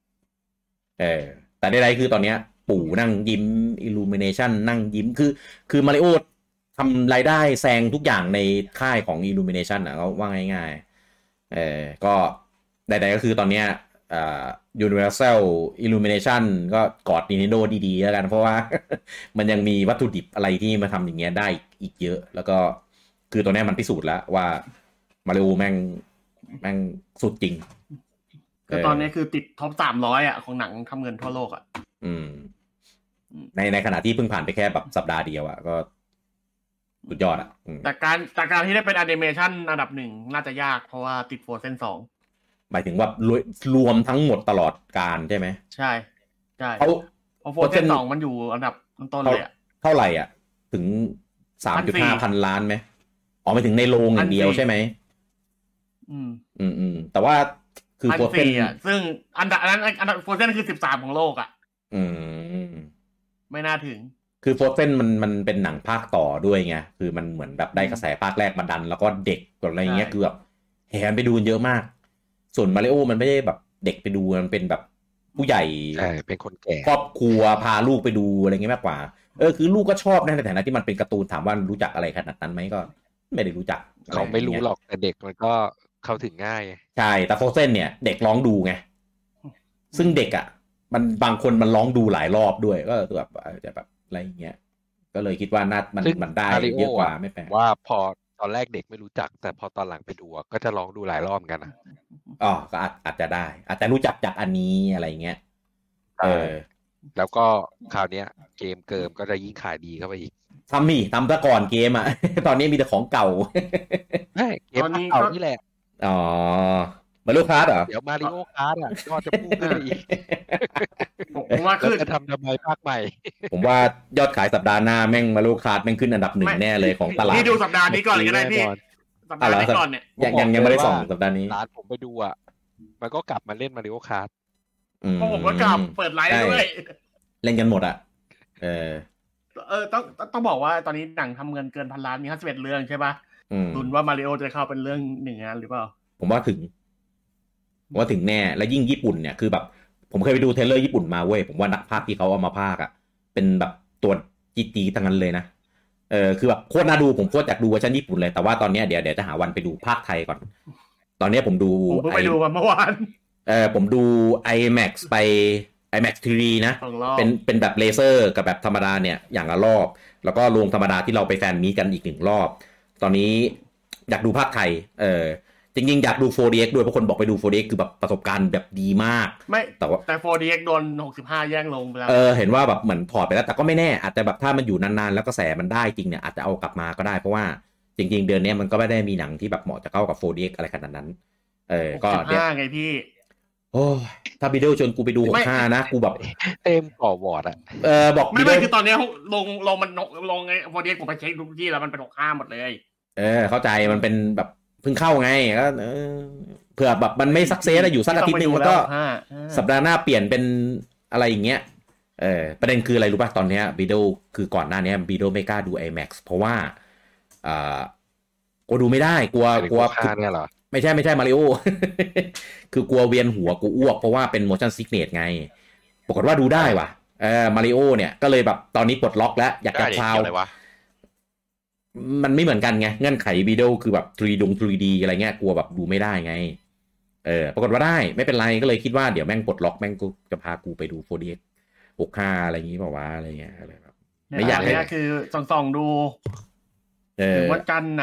แต่ใดๆคือตอนเนี้ยปู่นั่งยิ้ม Illumination นั่งยิ้มคือมาริโอทำรายได้แซงทุกอย่างในค่ายของ Illumination เขาว่าง่ายๆก็ใดๆก็คือตอนเนี้ยUniversal Illumination ก็กอด Nintendo ดีๆแล้วกันเพราะว่า มันยังมีวัตถุดิบอะไรที่มาทำอย่างเงี้ยได้อีกเยอะแล้วก็คือตัวนี้มันพิสูจน์แล้วว่ามาริโอแม่งสุดจริงคือตอนนี้คือติดท็อป300ของหนังทำเงินทั่วโลกในขณะที่เพิ่งผ่านไปแค่แบบสัปดาห์เดียวก็สุดยอดแต่การที่ได้เป็นแอนิเมชันอันดับ1น่าจะยากเพราะว่าติดFrozen 2 หมายถึงว่ารวมทั้งหมดตลอดการใช่ไหมใช่เพราะFrozen 2มันอยู่อันดับต้นเลยเท่าไหร่ถึง 3.5 พันล้านไหมไปถึงในโรงอย่างเดียวใช่ไหมแต่ว่าคือโฟเซนซึ่งอันดับโฟเซนคือ13ของโลกอ่ะไม่น่าถึงคือโฟเซนมันเป็นหนังภาคต่อด้วยไงคือมันเหมือนแบบได้กระแสภาคแรกมาดันแล้วก็เด็กอะไรเงี้ยคือแบบแห่ไปดูเยอะมากส่วนมาริโอมันไม่ได้แบบเด็กไปดูมันเป็นแบบผู้ใหญ่เป็นคนแก่ครอบครัวพาลูกไปดูอะไรเงี้ยมากกว่าคือลูกก็ชอบนะในฐานะที่มันเป็นการ์ตูนถามว่ารู้จักอะไรขนาดนั้นไหมก็ไม่ได้รู้จักเขาไม่รู้หรอกแต่เด็กมันก็เข้าถึงง่ายใช่แต่โฟเซนเนี่ยเด็กร้องดูไงซึ่งเด็กอ่ะมันบางคนมันร้องดูหลายรอบด้วยก็แบบจะแบบอะไรเงี้ยก็เลยคิดว่าน่ามันได้เยอะกว่าไม่แปลกว่าพอตอนแรกเด็กไม่รู้จักแต่พอตอนหลังไปดูก็จะร้องดูหลายรอบกันนะก็อาจจะได้อาจจะรู้จักจากอันนี้อะไรเงี้ยแล้วก็คราวนี้เกมเกิมก็จะยิ่งขายดีเข้าไปอีกทำซะก่อนเกมอ่ะ ตอนนี้มีแต่ของเก่าเกมเก่านี่แหละมาริโอคาร์ทเหรอเดี๋ยวมาริโอคาร์ทก็จะพูดขึ้นอีกผมว่าคือจะทำไมภาคใหม่ผมว่ายอดขายสัปดาห์หน้าแม่งมาริโอคาร์ทแม่งขึ้นอันดับ1แน่เลยของตลาดพี่ดูสัปดาห์นี้ก่อนเลยก็ได้พี่สัปดาห์นี้ก่อนเนี่ยยังไม่ได้ส่องสัปดาห์นี้ร้านผมไปดูมันก็กลับมาเล่นมาริโอคาร์ทผมก็กลับเปิดไลฟ์ด้วยเล่นกันหมดอ่ะต้องบอกว่าตอนนี้หนังทำเงินเกิน1,000 ล้านมี51เรื่องใช่ป่ะลุ้นว่ามาริโอจะเข้าเป็นเรื่อง1งานหรือเปล่าผมว่าถึงแน่และยิ่งญี่ปุ่นเนี่ยคือแบบผมเคยไปดูเทรลเลอร์ญี่ปุ่นมาเว้ยผมว่านักพากย์ที่เขาเอามาพากย์เป็นแบบตัวจีทั้งนั้นเลยนะคือแบบโคตรน่าดูผมโคตรอยากดูเวอร์ชันญี่ปุ่นเลยแต่ว่าตอนนี้เดี๋ยวจะหาวันไปดูภาคไทยก่อนตอนนี้ผมไปดูเมื่อวานผมดู IMAX ไป IMAX 3D นะเป็นแบบเลเซอร์กับแบบธรรมดาเนี่ยอย่างละรอบแล้วก็โรงธรรมดาที่เราไปแฟนมีตกันอีก1รอบตอนนี้อยากดูภาคไทยจริงๆอยากดู 4DX ด้วยเพราะคนบอกไปดู 4DX คือแบบประสบการณ์แบบดีมากไม่แต่ 4DX โดน65แย่งลงไปแล้วเห็นว่าแบบเหมือนถอดไปแล้วแต่ก็ไม่แน่อาจจะแบบถ้ามันอยู่นานๆแล้วกระแสมันได้จริงเนี่ยอาจจะเอากลับมาก็ได้เพราะว่าจริงๆเดือนนี้มันก็ไม่ได้มีหนังที่แบบเหมาะจะเข้ากับ 4DX อะไรขนาดนั้นก็เนี่ยไงพี่โอ้ถ้าบิดเดิลชวนกูไปดู65นะกูแบบเต็มก่อวอร์ดบอกไม่คือตอนนี้ลงมันลงไอ้ 4DX ผมไปเช็คทุกที่แล้วมันเป็น65หมดเลยเข้าใจมันเป็นแบบเพิ่งเข้าไงก็เผื่อแบบมันไม่ซักเซสอยู่สักอาทิตย์นึงแล้วก็สัปดาห์หน้าเปลี่ยนเป็นอะไรอย่างเงี้ยประเด็นคืออะไรรู้ป่ะตอนนี้บิดเดิลคือก่อนหน้านี้บิดเดิลไม่กล้าดู IMAX เพราะว่ากลัวดูไม่ได้กลัวเนี่ยเหรอไม่ใช่มาริโอ คือกลัวเวียนหัวกูอ้วกเพราะว่าเป็น motion sickness ไงปรากฏว่าดูได้ว่ะมาริโอเนี่ยก็เลยแบบตอนนี้ปลดล็อกแล้วอยากจะพาวมันไม่เหมือนกันไงเงื่อนไขวิดีโอคือแบบ 3D อะไรเงี้ยกลัวแบบดูไม่ได้ไงปรากฏว่าได้ไม่เป็นไรก็เลยคิดว่าเดี๋ยวแม่งปลดล็อกแม่งกูจะพากูไปดู 4DX 65อะไรอย่างงี้เปล่าวะอะไรเงี้ยอะไรแบบไม่อยากให้คือส่องดูถึงวันจันทร์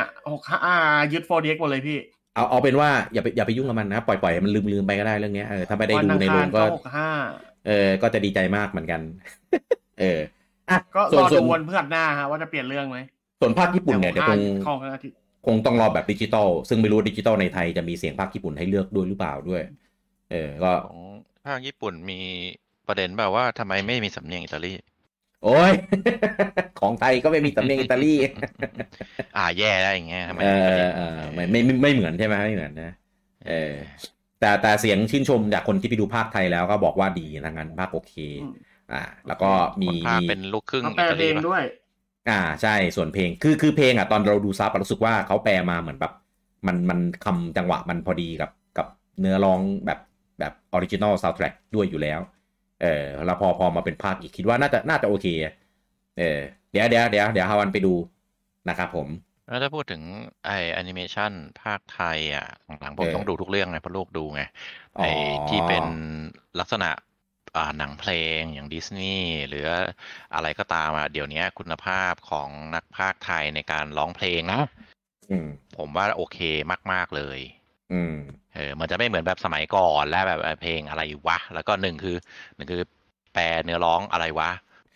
65ยึด 4DX หมดเลยพี่เอาเป็นว่าอย่าไปยุ่งกับมันนะปล่อยมันลืมไปก็ได้เรื่องนี้ถ้าไม่ได้ดูในโรงก็ก็จะดีใจมากเหมือนกันก็รอดูวันพฤหัสหน้าฮะว่าจะเปลี่ยนเรื่องไหมส่วนภาคญี่ปุ่นเนี่ยเดี๋ยวคงต้องรอแบบดิจิตอลซึ่งไม่รู้ดิจิตอลในไทยจะมีเสียงภาคญี่ปุ่นให้เลือกด้วยหรือเปล่าด้วยก็ของภาคญี่ปุ่นมีประเด็นแบบว่าทำไมไม่มีสำเนียงอิตาลีโอ้ย ของไทยก็ไม่มีสำเนียงอิตาลีแย่ได้อย่างเงี้ยทำไมไม่เหมือนใช่ไหมไม่เหมือนนะแต่เสียงชื่นชมจากคนที่ไปดูภาคไทยแล้วก็บอกว่าดีทางนั้นภาคโอเคแล้วก็มีเป็นลูกครึ่งอิตาลีด้วยใช่ส่วนเพลงคือเพลงตอนเราดูซับรู้สึกว่าเขาแปลมาเหมือนแบบมันคำจังหวะมันพอดีกับเนื้อร้องแบบออริจินอลซาวด์แทร็กด้วยอยู่แล้วแล้วพอมาเป็นภาคอีกคิดว่าน่าจะโอเคเดี๋ยวฮาวันไปดูนะครับผมแล้วถ้าพูดถึงแอนิเมชันภาคไทยหลังผมต้องดูทุกเรื่องไงเพราะลูกดูไงที่เป็นลักษณะหนังเพลงอย่างดิสนีย์หรืออะไรก็ตามเดี๋ยวนี้คุณภาพของนักพากย์ไทยในการร้องเพลงนะผมว่าโอเคมากๆเลยมันจะไม่เหมือนแบบสมัยก่อนแล้วแบบเพลงอะไรวะแล้วก็หนึ่งคือแปลเนื้อร้องอะไรวะ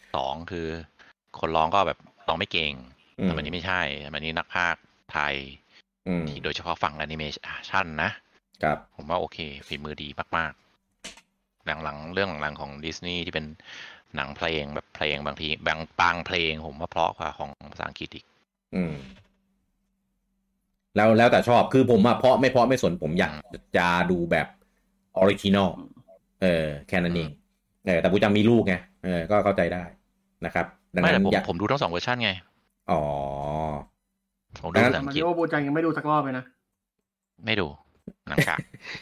2คือคนร้องก็แบบร้องไม่เก่งแต่วันนี้ไม่ใช่วันนี้นักพากย์ไทยที่โดยเฉพาะฝั่งแอนิเมชันนะครับผมว่าโอเคฝีมือดีมากๆหลังเรื่องหลังของดิสนีย์ที่เป็นหนังเพลงแบบเพลงบางทีบางเพลงผมว่าเพราะกว่าของภาษาอังกฤษอีกแล้วแต่ชอบคือผมเพราะไม่สนผมอยากจะดูแบบออริจินอลแค่นั้นเองแต่บูจังมีลูกไงก็เข้าใจได้นะครับดังนั้นผมดูทั้ง2เวอร์ชันไงอ๋อผมดูภาษาอังกฤษบูจังยังไม่ดูสักรอบเลยนะไม่ดูหนังกาก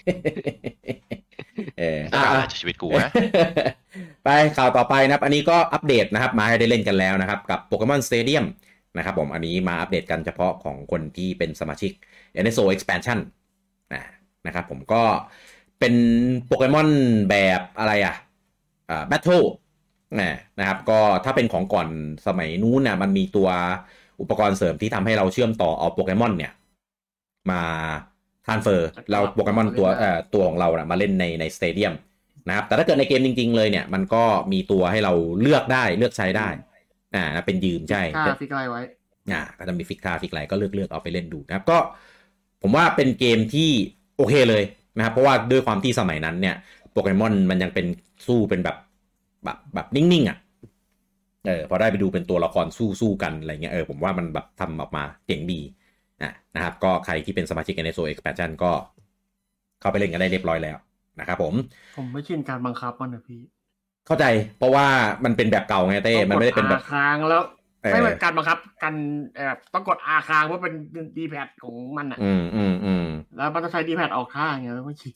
ชีวิตกูนะไปข่าวต่อไปนะครับอันนี้ก็อัปเดตนะครับมาให้ได้เล่นกันแล้วนะครับกับโปเกมอนสเตเดียมนะครับผมอันนี้มาอัปเดตกันเฉพาะของคนที่เป็นสมาชิก NSO Expansion นะครับผมก็เป็นโปเกมอนแบบอะไรBattle นะครับก็ถ้าเป็นของก่อนสมัยนู้นมันมีตัวอุปกรณ์เสริมที่ทำให้เราเชื่อมต่อเอาโปเกมอนเนี่ยมาทรานสเฟอร์เราโปเกมอนตัวของเรามาเล่นในสเตเดียมนะครับแต่ถ้าเกิดในเกมจริงๆเลยเนี่ยมันก็มีตัวให้เราเลือกใช้ได้เป็นยืมใช่ฟิกไลไว้ก็จะมีฟิกไลก็เลือกเอาไปเล่นดูนะครับก็ผมว่าเป็นเกมที่โอเคเลยนะครับเพราะว่าด้วยความที่สมัยนั้นเนี่ยโปเกมอนมันยังเป็นสู้เป็นแบบนิ่งๆพอได้ไปดูเป็นตัวละครสู้กันอะไรเงี้ยผมว่ามันแบบทำออกมาเจ๋งดีนะครับก็ใครที่เป็นสมาชิก NSO Expansion ก็เข้าไปเล่นกันได้เรียบร้อยแล้วนะครับผมไม่ชินการบังคับมันนะพี่เข้าใจเพราะว่ามันเป็นแบบเก่าไงเต้มันไม่ได้เป็นแบบค้างแล้วไม่เป็นการบังคับกันต้องกดอาค้างเพราะเป็นดีแพดของมันแล้วมันจะใช้ดีแพดออกข้างไงไม่ชิน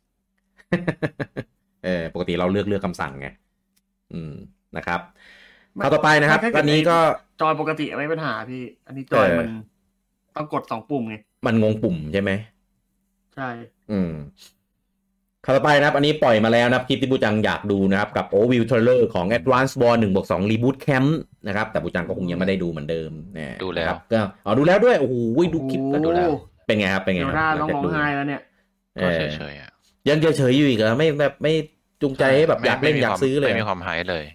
ปกติเราเลือกคำสั่งไงนะครับข่าวต่อไปนะครับอันนี้ก็จอยปกติไม่เป็นปัญหาพี่อันนี้จอยมันต้องกด2ปุ่มไงมันงงปุ่มใช่ไหมใช่ข่าวต่อไปนะครับอันนี้ปล่อยมาแล้วนะครับคลิปที่บูจังอยากดูนะครับกับโอวิลเทเลอร์ของ Advance War 1/2 Reboot Camp นะครับแต่บูจังก็คงยังไม่ได้ดูเหมือนเดิมดูแล้วก็ดูแล้วด้วยโอ้โหดูคลิปก็ดูแล้วเป็นไงครับเป็นไงครับต้องร้องไห้แล้วเนี่ยก็เฉยๆยังเฉยๆอยู่อีกเหรอไม่แบบไม่จูงใจให้แบบอยากเล่นอยากซื้อเลยไม่มีความหายเลย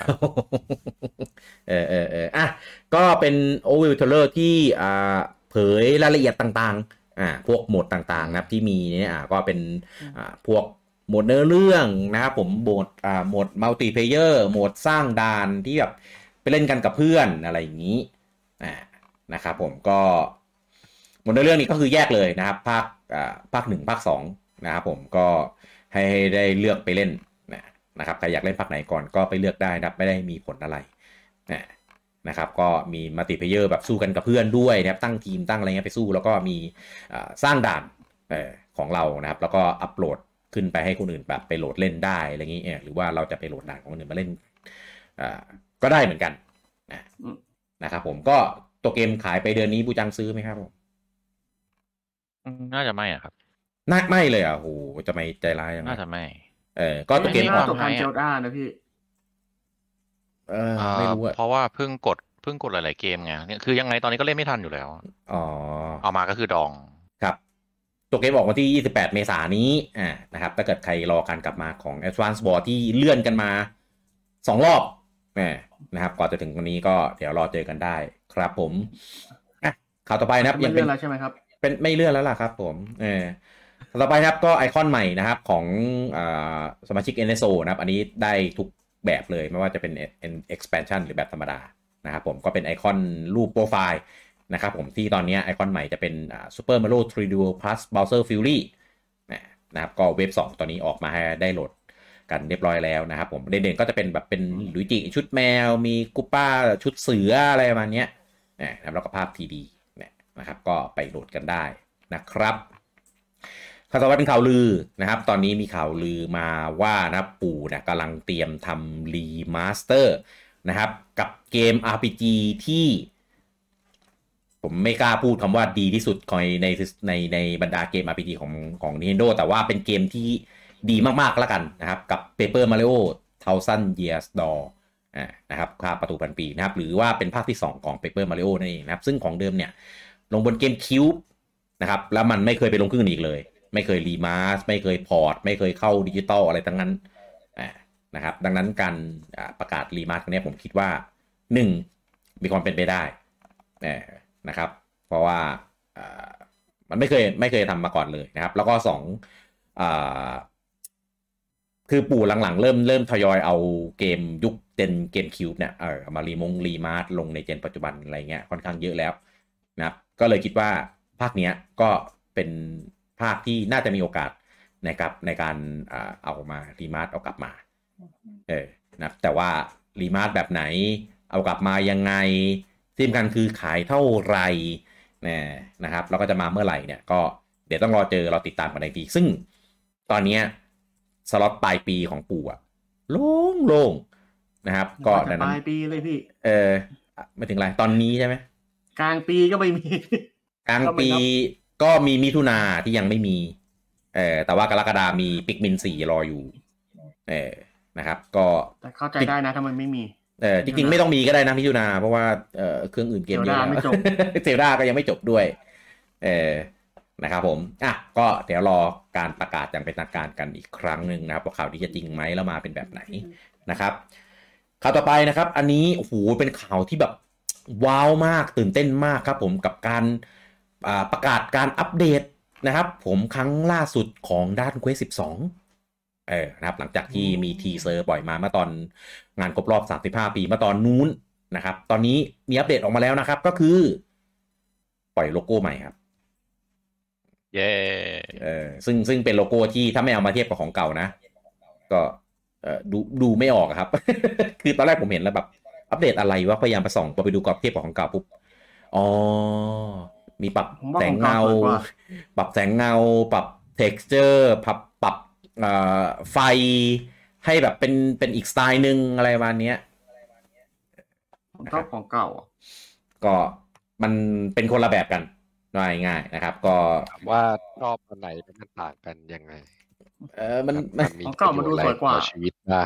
ก็เป็นโอวิลเทเลอร์ที่เผยรายละเอียดต่างๆพวกโหมดต่างๆนะครับที่มีเนี่ยก็เป็นพวกโหมดเนื้อเรื่องนะครับผมโหมดมัลติเพลเยอร์โหมดสร้างด่านที่แบบไปเล่นกันกับเพื่อนอะไรอย่างนี้นะครับผมก็โหมดเนื้อเรื่องนี้ก็คือแยกเลยนะครับภาค1ภาค2นะครับผมก็ให้ได้เลือกไปเล่นนะครับใครอยากเล่นภาคไหนก่อนก็ไปเลือกได้นะครับไม่ได้มีผลอะไรนะครับก็มีมัลติเพลเยอร์แบบสู้กันกับเพื่อนด้วยนะครับตั้งทีมตั้งอะไรเงี้ยไปสู้แล้วก็มีสร้างด่านของเรานะครับแล้วก็อัปโหลดขึ้นไปให้คนอื่นแบบไปโหลดเล่นได้อะไรอย่างนี้หรือว่าเราจะไปโหลดด่านของคนอื่นมาเล่นก็ได้เหมือนกันนะครับผมก็ตัวเกมขายไปเดือนนี้บูจังซื้อไหมครับผมน่าจะไม่ครับไม่เลยโอ้โหจะไม่ใจร้ายน่าจะไม่ก็ตัวเกมตกทางเจลด้านะพี่ไม่รู้เพราะว่าเพิ่งกดหลายๆเกมไงเนี่ยคือยังไงตอนนี้ก็เล่นไม่ทันอยู่แล้วเอามาก็คือดองครับตัวเกมออกวันที่28เมษายนนี้นะครับถ้าเกิดใครรอการกลับมาของ Advance War ที่เลื่อนกันมา2รอบนะครับก่อนจะถึงวันนี้ก็เดี๋ยวรอเจอกันได้ครับผมข่าวต่อไปนะครับยังเป็นใช่ไหมครับเป็นไม่เลื่อนแล้วล่ะครับผมต่อไปครับก็ไอคอนใหม่นะครับของสมาชิก NSO นะครับอันนี้ได้ทุกแบบเลยไม่ว่าจะเป็น expansion หรือแบบธรรมดานะครับผมก็เป็นไอคอนรูปโปรไฟล์นะครับผมที่ตอนนี้ไอคอนใหม่จะเป็นSuper Mario 3D World Plus Bowser Fury นะครับก็เว็บ2ตอนนี้ออกมาให้ได้โหลดกันเรียบร้อยแล้วนะครับผมเด่นๆก็จะเป็นแบบเป็นลุยจิชุดแมวมีกุปป้าชุดเสืออะไรประมาณนี้นะครับแล้วก็ภาพ 3D นะครับก็ไปโหลดกันได้นะครับข่าวต่อไปเป็นข่าวลือนะครับตอนนี้มีข่าวลือมาว่านะปู่เนี่ยกำลังเตรียมทำรีมาสเตอร์นะครับกับเกม RPG ที่ผมไม่กล้าพูดคำว่าดีที่สุดในบรรดาเกม RPG ของ Nintendo แต่ว่าเป็นเกมที่ดีมากๆแล้วกันนะครับกับ Paper Mario Thousand Years Door นะครับภาคประตูพันปีนะครับหรือว่าเป็นภาคที่2ของ Paper Mario นั่นเองนะครับซึ่งของเดิมเนี่ยลงบนเกมคิวบ์นะครับแล้วมันไม่เคยไปลงเครื่องอื่นอีกเลยไม่เคยรีมาสไม่เคยพอร์ตไม่เคยเข้าดิจิตอลอะไรทั้งนั้นนะครับดังนั้นการประกาศรีมาสครั้งนี้ผมคิดว่า1มีความเป็นไปได้นะครับเพราะว่ามันไม่เคยทำมาก่อนเลยนะครับแล้วก็คือปู่หลังๆเริ่มทยอยเอาเกมยุคเกมคิวบ์เนี่ยมารีมาสลงในเจนปัจจุบันอะไรเงี้ยค่อนข้างเยอะแล้วนะครับก็เลยคิดว่าภาคเนี้ยก็เป็นภาคที่น่าจะมีโอกาสนะครับในการเอามารีมาสเอากลับมานะแต่ว่ารีมาสแบบไหนเอากลับมายังไงที่สำคัญคือขายเท่าไหร่นะครับแล้วก็จะมาเมื่อไหร่เนี่ยก็เดี๋ยวต้องรอเจอเราติดตามกันในทีซึ่งตอนนี้สล็อตปลายปีของปู่อะโล่งนะครับก็ปลายปีเลยพี่ไม่ถึงไรตอนนี้ใช่ไหมกลางปีก็ไม่มีกลางปีก็มีมิถุนาที่ยังไม่มีแต่ว่ากรกฎามีปิกมิน4รออยู่นะครับก็แต่เข้าใจได้นะถ้ามันไม่มีจริงๆไม่ต้องมีก็ได้นะมิถุนาเพราะว่าเครื่องอื่นเกมเยอะแล้วเซลดาก็ยังไม่จบด้วยนะครับผมก็เดี๋ยวรอการประกาศอย่างเป็นทางการกันอีกครั้งนึงนะครับว่าข่าวนี้จะจริงไหมแล้วมาเป็นแบบไหนนะครับข่าวต่อไปนะครับอันนี้โอ้โหเป็นข่าวที่แบบว้าวมากตื่นเต้นมากครับผมกับการประกาศการอัปเดตนะครับผมครั้งล่าสุดของDragon Quest 12นะครับหลังจากที่มีทีเซอร์ปล่อยมาเมื่อตอนงานครบรอบ35ปีเมื่อตอนนู้นนะครับตอนนี้มีอัปเดตออกมาแล้วนะครับก็คือปล่อยโลโก้ใหม่ครับเย้ซึ่งเป็นโลโก้ที่ถ้าไม่เอามาเทียบกับของเก่านะก็ดูไม่ออกครับ คือตอนแรกผมเห็นแล้วแบบอัปเดตอะไรวะพยายามไปส่องไปดูกับเทียบกับของเก่าปุ๊บมีปรับแสงเงาปรับ texture ปรับไฟให้แบบเป็นอีกสไตล์นึงอะไรประมาณนี้ผมชอบของเก่าก็มันเป็นคนละแบบกันง่ายๆนะครับก็ว่าชอบอันไหนมันต่างกันยังไงมันของเก่ามันดูสวยกว่าชีวิตได้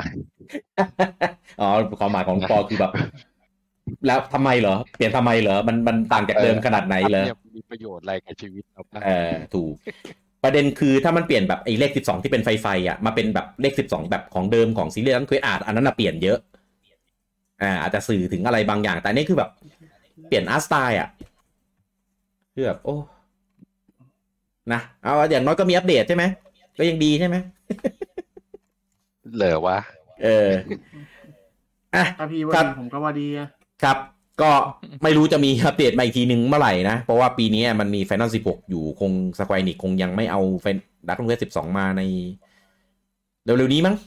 ความหมายของปอคือแบบแล้วทำไมเหรอเปลี่ยนทำไมเหรอมันต่างจากเดิมขนาดไหนเหรอมีประโยชน์อะไรกับชีวิตเราบ้างถูกประเด็นคือถ้ามันเปลี่ยนแบบไอ้เลข12ที่เป็นไฟมาเป็นแบบเลข12แบบของเดิมของซีรีส์นั้นคืออันนั้นเปลี่ยนเยอะอาจจะสื่อถึงอะไรบางอย่างแต่นี่คือแบบเปลี่ยนอาร์ตสไตล์คือแบบโอ้นะเอาอย่างน้อยก็มีอัปเดตใช่ไหมก็ยังดีใช่ไหมเหลือวะถ้าพี่ว่าดีผมก็ว่าดีครับก็ไม่รู้จะมีอัปเดตมาอีกทีนึงเมื่อไหร่นะเพราะว่าปีนี้มันมี Final 16อยู่คง Square Enix คงยังไม่เอา Dragon Quest 12มาในเร็วๆนี้มั้ง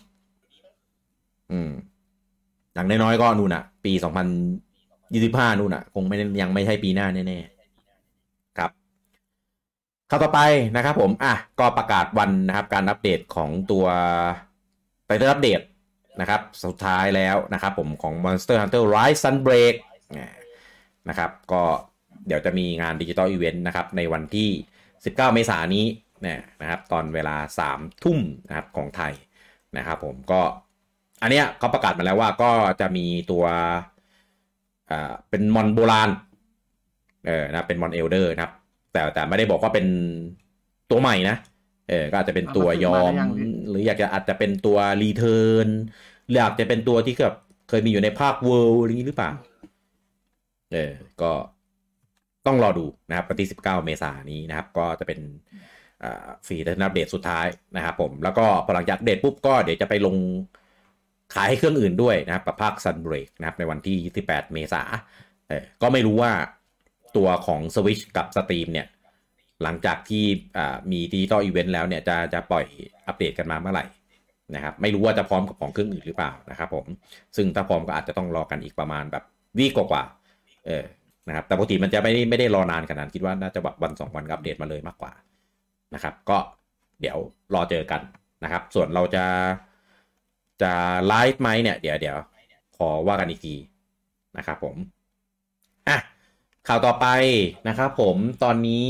อย่างน้อยๆก็นู่นน่ะปี2025นู่นน่ะคงยังไม่ใช่ปีหน้าแน่ๆครับข่าวต่อไปนะครับผมก็ประกาศวันนะครับการอัปเดตของตัวไตเติ้ลอัปเดตนะครับสุดท้ายแล้วนะครับผมของ Monster Hunter Rise Sunbreak นะครับก็เดี๋ยวจะมีงานดิจิตอลอีเวนต์นะครับในวันที่19เมษายนนี้นะครับตอนเวลา 3 ทุ่มนะครับของไทยนะครับผมก็อันเนี้ยเขาประกาศมาแล้วว่าก็จะมีตัวเป็นมอนโบราณนะเป็นมอนเอลเดอร์นะครับแต่ไม่ได้บอกว่าเป็นตัวใหม่นะก็อาจจะเป็นตัวยอมหรืออาจจะเป็นตัวรีเทิร์นหรืออาจจะเป็นตัวที่แบบเคยมีอยู่ในภาคเวิลด์อะไรอย่างนี้หรือเปล่าก็ต้องรอดูนะครับวันที่19เมษายนนี้นะครับก็จะเป็นฟรีอัปเดตสุดท้ายนะครับผมแล้วก็พอหลังจากอัปเดตปุ๊บก็เดี๋ยวจะไปลงขายให้เครื่องอื่นด้วยนะครับกับภาค Sunbreak นะครับในวันที่28เมษายนก็ไม่รู้ว่าตัวของ Switch กับ Steam เนี่ยหลังจากที่มีดิจิตอลอีเวนต์แล้วเนี่ยจะปล่อยอัปเดตกันมาเมื่อไหร่นะครับไม่รู้ว่าจะพร้อมกับของเครื่องอื่นหรือเปล่านะครับผมซึ่งถ้าพร้อมก็อาจจะต้องรอกันอีกประมาณแบบวีคกว่านะครับแต่ปกติมันจะไม่ได้รอนานขนาดนั้นคิดว่าน่าจะแบบวัน2วันอัปเดตมาเลยมากกว่านะครับก็เดี๋ยวรอเจอกันนะครับส่วนเราจะไลฟ์ไหมเนี่ยเดี๋ยวขอว่ากันอีกทีนะครับผมข่าวต่อไปนะครับผมตอนนี้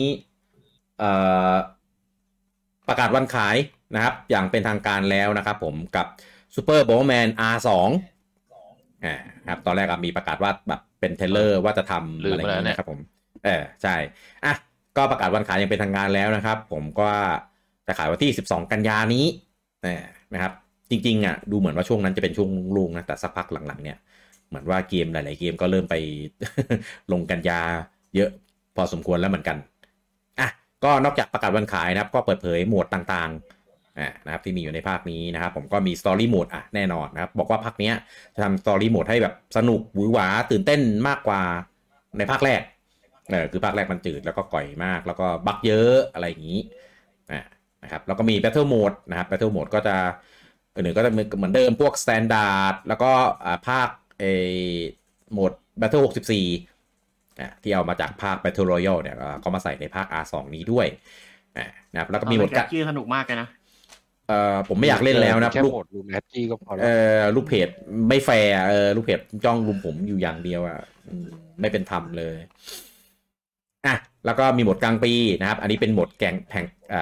ประกาศวันขายนะครับอย่างเป็นทางการแล้วนะครับผมกับ Super Bomberman R2 ครับตอนแรกมีประกาศว่าแบบเป็นเทรลเลอร์ว่าจะทำอะไรอย่างนี้นะครับผมใช่ก็ประกาศวันขายอย่างเป็นทางการแล้วนะครับผมก็จะขายวันที่12กันยายนนี้นะครับจริงๆดูเหมือนว่าช่วงนั้นจะเป็นช่วงลุงนะแต่สักพักหลังๆเนี่ยเหมือนว่าเกมหลายๆเกมก็เริ่มไป ลงกันยาเยอะพอสมควรแล้วเหมือนกันก็นอกจากประกาศวันขายนะครับก็เปิดเผยโหมดต่างๆนะครับที่มีอยู่ในภาคนี้นะครับผมก็มีสตอรี่โหมดแน่นอนนะครับบอกว่าภาคนี้จะทำสตอรี่โหมดให้แบบสนุกหวือหวาตื่นเต้นมากกว่าในภาคแรกคือภาคแรกมันจืดแล้วก็ก่อยมากแล้วก็บั๊กเยอะอะไรอย่างนี้นะครับแล้วก็มี Battle Mode นะครับ Battle Mode ก็จะก็จะเหมือนเดิมพวก Standard แล้วก็ภาคโหมด Battle 64ที่เอามาจากภาค Battle Royale เนี่ยก็มาใส่ในภาค R2 นี้ด้วยนะครับแล้วก็มีโหมดที่สนุกมากเลยนะผมไม่อยากเล่นแล้วนะลูกรูมแมทจี้ก็พอแล้วลูกเพจไม่แฟร์ลูกเพจจ้องรุมผมอยู่อย่างเดียวไม่เป็นธรรมเลยแล้วก็มีโหมดกลางปีนะครับอันนี้เป็นโหมดแข่ง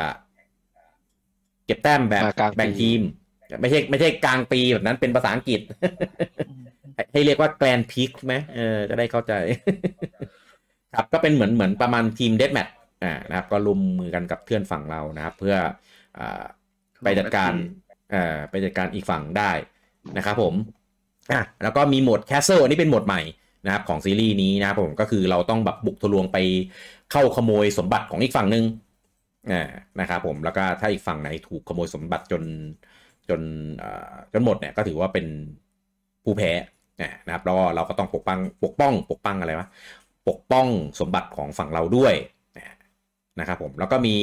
เก็บแต้มแบบแบ่งทีมไม่ใช่กลางปีแบบนั้นเป็นภาษาอังกฤษ ให้เรียกว่าแกรนด์พิกไหมจะได้เข้าใจ ครับก็เป็นเหมือนประมาณทีมเดธแมทนะครับก็รุมมือกันกับเพื่อนฝั่งเรานะครับเพื่อไปจัดการอีกฝั่งได้นะครับผมแล้วก็มีโหมดแคสเซิลอันนี้เป็นโหมดใหม่นะครับของซีรีส์นี้นะครับผมก็คือเราต้องแบบบุกทะลวงไปเข้าขโมยสมบัติของอีกฝั่งนึงนะครับผมแล้วก็ถ้าอีกฝั่งไหนถูกขโมยสมบัติจนหมดเนี่ยก็ถือว่าเป็นผู้แพ้นะครับแล้วเราก็ต้องปกป้องอะไรวะปกป้องสมบัติของฝั่งเราด้วยนะครับผมแล้วก็มี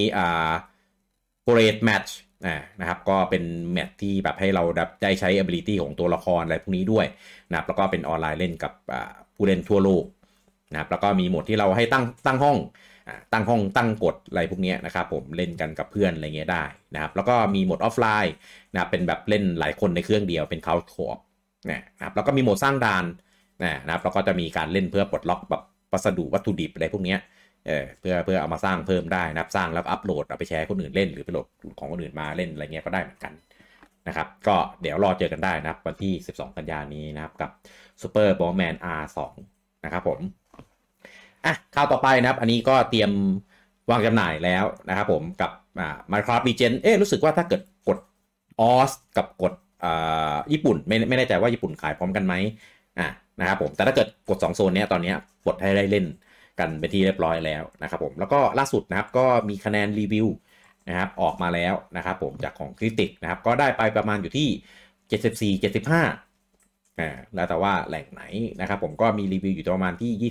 Parade Match นะครับก็เป็นแมตช์ที่แบบให้เราได้ใช้ ability ของตัวละครอะไรพวกนี้ด้วยนะครับแล้วก็เป็นออนไลน์เล่นกับผู้เล่นทั่วโลกนะครับแล้วก็มีโหมดที่เราให้ตั้งห้องตั้งกฎอะไรพวกนี้นะครับผมเล่นกันกับเพื่อนอะไรเงี้ยได้นะครับแล้วก็มีโหมดออฟไลน์นะครับเป็นแบบเล่นหลายคนในเครื่องเดียวเป็น Couch Co-op นะครับแล้วก็มีโหมดสร้างด่านนะครับแล้วก็จะมีการเล่นเพื่อปลดล็อกแบบวัตถุดิบอะไรพวกนี้เพื่อเอามาสร้างเพิ่มได้นะครับสร้างแล้วอัปโหลดเอาไปแชร์คนอื่นเล่นหรือไปโหลดของคนอื่นมาเล่นอะไรเงี้ยก็ได้เหมือนกันนะครับก็เดี๋ยวรอเจอกันได้นะครับวันที่12กันยายนนี้นะครับกับ Super Bomberman R2 นะครับผมข่าวต่อไปนะครับอันนี้ก็เตรียมวางจำหน่ายแล้วนะครับผมกับMinecraft Legendsรู้สึกว่าถ้าเกิดกดออสกับกดญี่ปุ่นไม่แน่ใจว่าญี่ปุ่นขายพร้อมกันไหมนะครับผมแต่ถ้าเกิดกด2โซนเนี้ยตอนนี้กดให้ได้เล่นกันเป็นที่เรียบร้อยแล้วนะครับผมแล้วก็ล่าสุดนะครับก็มีคะแนนรีวิวนะครับออกมาแล้วนะครับผมจากของ Critic นะครับก็ได้ไปประมาณอยู่ที่74-75แล้วแต่ว่าแหล่งไหนนะครับผมก็มีรีวิวอยู่ประมาณที่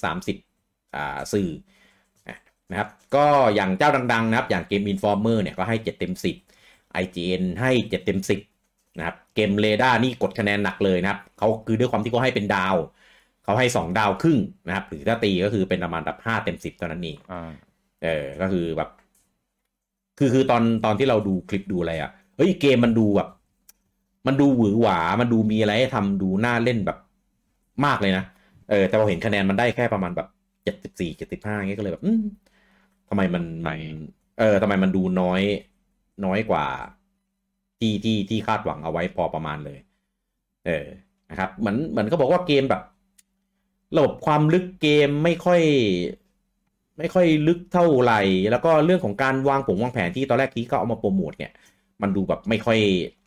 20-30สื่อนะครับก็อย่างเจ้าดังๆนะครับอย่าง Game Informer เนี่ยก็ให้7เต็ม10 IGN ให้7เต็ม10นะครับเกมเรดาร์นี่กดคะแนนหนักเลยนะครับเขาคือด้วยความที่เขาให้เป็นดาวเขาให้2ดาวครึ่งนะครับหรือถ้าตีก็คือเป็นประมาณแบบ5เต็ม10เท่านั้นเองก็คือแบบคือตอนที่เราดูคลิปดูอะไรเกมมันดูแบบมันดูหวือหวามันดูมีอะไรให้ทำดูน่าเล่นแบบมากเลยนะแต่พอเห็นคะแนนมันได้แค่ประมาณแบบ74-75งี้ก็เลยแบบทำไมมันทำไมมันดูน้อยกว่าที่คาดหวังเอาไว้พอประมาณเลยนะครับเหมือนก็บอกว่าเกมแบบระบบความลึกเกมไม่ค่อยลึกเท่าไหร่แล้วก็เรื่องของการวางแผนที่ตอนแรกที่เขาเอามาโปรโมทเนี่ยมันดูแบบไม่ค่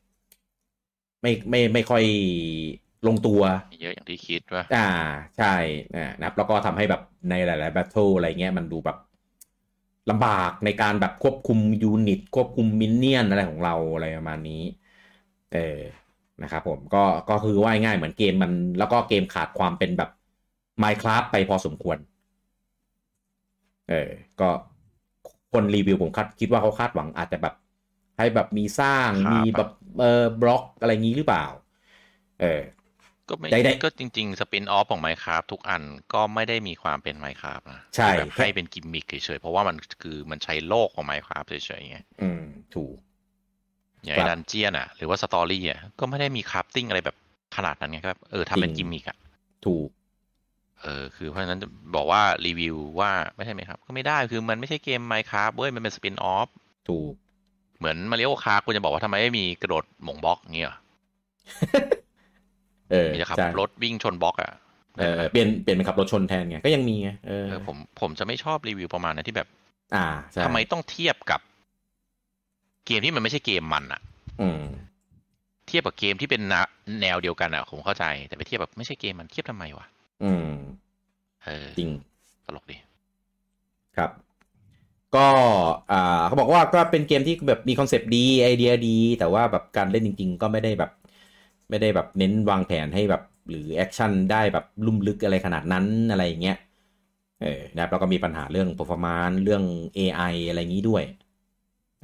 อยลงตัวเยอะอย่างที่คิดว่าใช่นะครับแล้วก็ทำให้แบบในหลายๆแบทเทิลอะไรเงี้ยมันดูแบบลำบากในการแบบควบคุมยูนิตควบคุมมินเนี่ยนอะไรของเราอะไรประมาณนี้นะครับผมก็คือว่าง่ายเหมือนเกมมันแล้วก็เกมขาดความเป็นแบบMinecraft ไปพอสมควรก็คนรีวิวผมคิดว่าเขาคาดหวังอาจจะแบบให้แบบมีสร้างมีแบบบล็อกอะไรงี้หรือเปล่าก็ไม่ก็จริงๆสปินออฟของ Minecraft ทุกอันก็ไม่ได้มีความเป็น Minecraft นะใช่แบบให้เป็นกิมมิคเฉยๆเพราะว่ามันใช้โลกของ Minecraft เฉยๆไงถูกอย่างดันเจียนหรือว่าสตอรี่ก็ไม่ได้มีคราฟติ้งอะไรแบบขนาดนั้นไงครับทำเป็นกิมมิคถูกคือเพราะฉะนั้นบอกว่ารีวิวว่าไม่ใช่ไหมครับก็ไม่ได้คือมันไม่ใช่เกม Minecraft เว้ยมันเป็นสปินออฟถูกเหมือนมาริโอคาร์ทคุณจะบอกว่าทำไมไม่มีกระโดดหม่งบล็อกเงี้ยมีจะขับรถวิ่งชนบล็อกเปลี่ยนเป็นขับรถชนแทนไงก็ยังมีไงผมจะไม่ชอบรีวิวประมาณนั้นที่แบบทำไมต้องเทียบกับเกมที่มันไม่ใช่เกมมันเทียบกับเกมที่เป็นแนวเดียวกันผมเข้าใจแต่ไปเทียบแบบไม่ใช่เกมมันเทียบทำไมวะจริงตลกดีครับก็เขาบอกว่าก็เป็นเกมที่แบบมีคอนเซปต์ดีไอเดียดีแต่ว่าแบบการเล่นจริงๆก็ไม่ได้แบบเน้นวางแผนให้แบบหรือแอคชั่นได้แบบลุ่มลึกอะไรขนาดนั้นอะไรอย่างเงี้ยนะครับแล้วก็มีปัญหาเรื่อง performance เรื่อง AI อะไรงี้ด้วย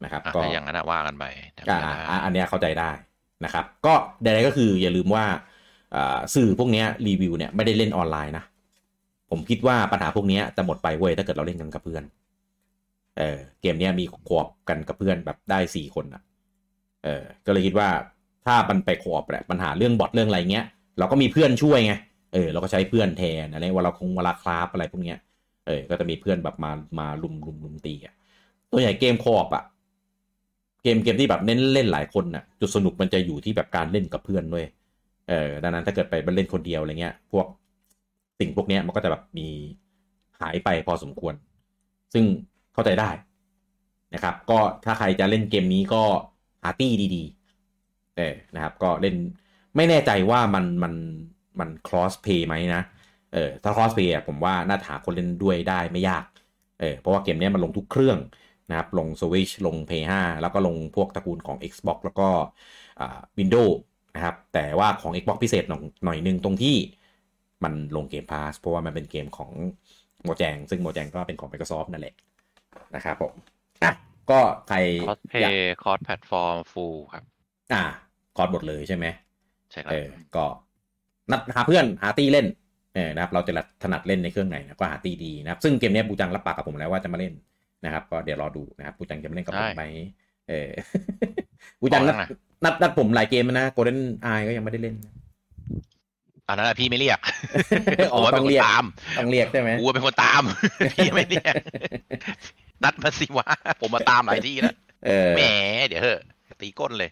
นะครับก็อย่างนั้นว่ากันไปอันเนี้ยเข้าใจได้นะครับก็ใดๆก็คืออย่าลืมว่าสื่อพวกนี้รีวิวเนี่ยไม่ได้เล่นออนไลน์นะผมคิดว่าปัญหาพวกนี้จะหมดไปเว้ยถ้าเกิดเราเล่นกันกับเพื่อนเกมนี้มีโคออปกันกับเพื่อนแบบได้4คนก็เลยคิดว่าถ้ามันไปโคออปแหละปัญหาเรื่องบอทเรื่องอะไรเงี้ยเราก็มีเพื่อนช่วยไงเราก็ใช้เพื่อนแทนอะไรเวลาคราฟอะไรพวกเนี้ยก็จะมีเพื่อนแบบมาลุมตีตัวใหญ่เกมโคออปเกมที่แบบเน้นเล่นหลายคนน่ะจุดสนุกมันจะอยู่ที่แบบการเล่นกับเพื่อนด้วยดังนั้นถ้าเกิดไปเล่นคนเดียวอะไรเงี้ยพวกสิ่งพวกเนี้ยมันก็จะแบบมีหายไปพอสมควรซึ่งเข้าใจได้นะครับก็ถ้าใครจะเล่นเกมนี้ก็หาตี้ดีๆนะครับก็เล่นไม่แน่ใจว่ามัน cross play ไหมนะถ้า cross play ผมว่าน่าหาคนเล่นด้วยได้ไม่ยากเพราะว่าเกมนี้มันลงทุกเครื่องนะครับลง Switch ลง PS5 แล้วก็ลงพวกตระกูลของ Xbox แล้วก็Windows นะครับแต่ว่าของ Xbox พิเศษหน่อยนึงตรงที่มันลงเกม Pass เพราะว่ามันเป็นเกมของโมแจงซึ่งโมแจงก็เป็นของ Microsoft นั่นแหละนะครับผมก็ใครคอสเพย์คอสแพลตฟอร์มฟูลครับคอสหมดเลยใช่ไหมใช่ครับก็นัดหาเพื่อนหาตีเล่นนะครับเราจะถนัดเล่นในเครื่องไหนนะก็หาตีดีนะครับซึ่งเกมนี้ปูจังรับปากกับผมแล้วว่าจะมาเล่นนะครับก็เดี๋ยวรอดูนะครับปูจังจะมาเล่นกับผมไหมปูจังนัดผมหลายเกมนะโกลเด้นไอก็ยังไม่ได้เล่นอันนั้นพี่ไม่เรียกต้องเรียกใช่ไหมกูเป็นคนตามพี่ไม่เรียกนัดมาสิวะผมมาตามหลายที่แล้วแหมเดี๋ยวตีก้นเลย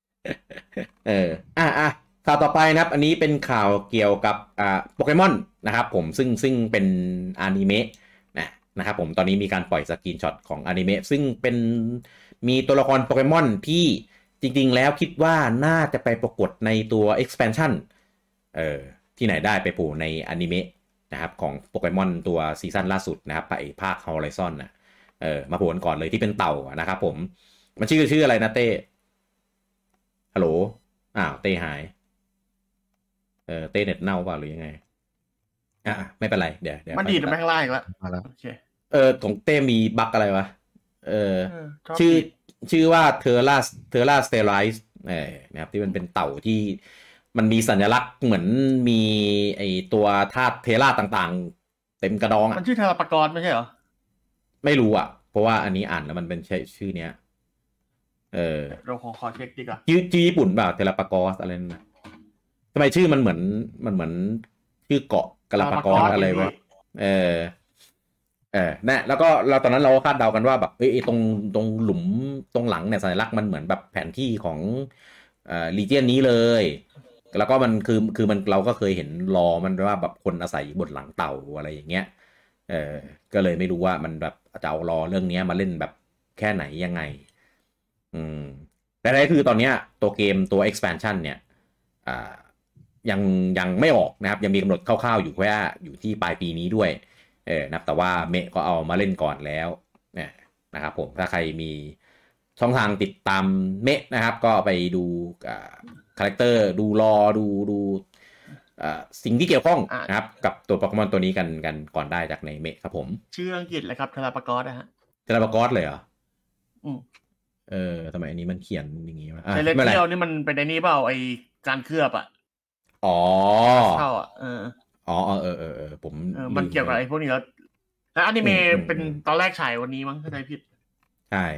ข่าวต่อไปนะครับอันนี้เป็นข่าวเกี่ยวกับโปเกมอนนะครับผมซึ่งเป็นอนิเมะนะครับผมตอนนี้มีการปล่อยสกรีนช็อตของอนิเมะซึ่งเป็นมีตัวละครโปเกมอนที่จริงๆแล้วคิดว่าน่าจะไปปรากฏในตัว expansion ที่ไหนได้ไปโผล่ในอนิเมะนะครับของโปเกมอนตัวซีซั่นล่าสุดนะครับไปภาค Horizon นะมาโผล่ก่อนเลยที่เป็นเต่านะครับผมมันชื่ออะไรนะเต้ฮัลโหลเต้หายเต้เน็ตเน่าเปล่าหรือยังไงไม่เป็นไรเดี๋ยวมันดีดไปข้างล่างอีกแล้วมาแล้วโอเคของเต้มีบั๊กอะไรวะชื่อว่าเทอร่าสเตอไรส์นะครับที่มันเป็นเต่าที่มันมีสัญลักษณ์เหมือนมีไอตัวธาตุเทราต่างๆเต็มกระดองมันชื่อเทราปากรไม่ใช่เหรอไม่รู้เพราะว่าอันนี้อ่านแล้วมันเป็นชื่อเนี้ยเราขอเช็คดีกว่าชื่อญี่ปุ่นเปล่าเทราปากอสอะไรนะทำไมชื่อมันเหมือนชื่อเกาะกาลาปากอสอะไรวะนะแล้วก็เราตอนนั้นเราคาดเดากันว่าแบบตรงหลุมตรงหลังเนี่ยสัญลักษณ์มันเหมือนแบบแผนที่ของรีเจียนนี้เลยแล้วก็มันคือมันเราก็เคยเห็นมันว่าแบบคนอาศัยบนหลังเต่าอะไรอย่างเงี้ยก็เลยไม่รู้ว่ามันแบบจะเอาเรื่องนี้มาเล่นแบบแค่ไหนยังไงแต่ท้ายคือตอนนี้ตัวเกมตัว expansion เนี่ยยังไม่ออกนะครับยังมีกำหนดคร่าวๆอยู่แค่อยู่ที่ปลายปีนี้ด้วยนะแต่ว่าเมะก็เอามาเล่นก่อนแล้วนะครับผมถ้าใครมีช่องทางติดตามเมะนะครับก็ไปดูคาแรคเตอร์ดูดูสิ่งที่เกี่ยวข้องนะครับกับตัวโปเกมอนตัวนี้กันก่อนได้จากในเมะครับผมชื่ออังกฤษเลยครับเทราปากอสนะฮะเทราปากอสเลยเหรอทำไมอันนี้มันเขียนอย่างงี้วะไอเลเทียลนี่มันเป็นไอ้นี่เปล่าไอการเคลือบเข้าผมมันเกี่ยวกับไอ้พวกนี้แล้วอนิเมะเป็นตอนแรกฉายวันนี้มั้งเข้าใจผิดใช่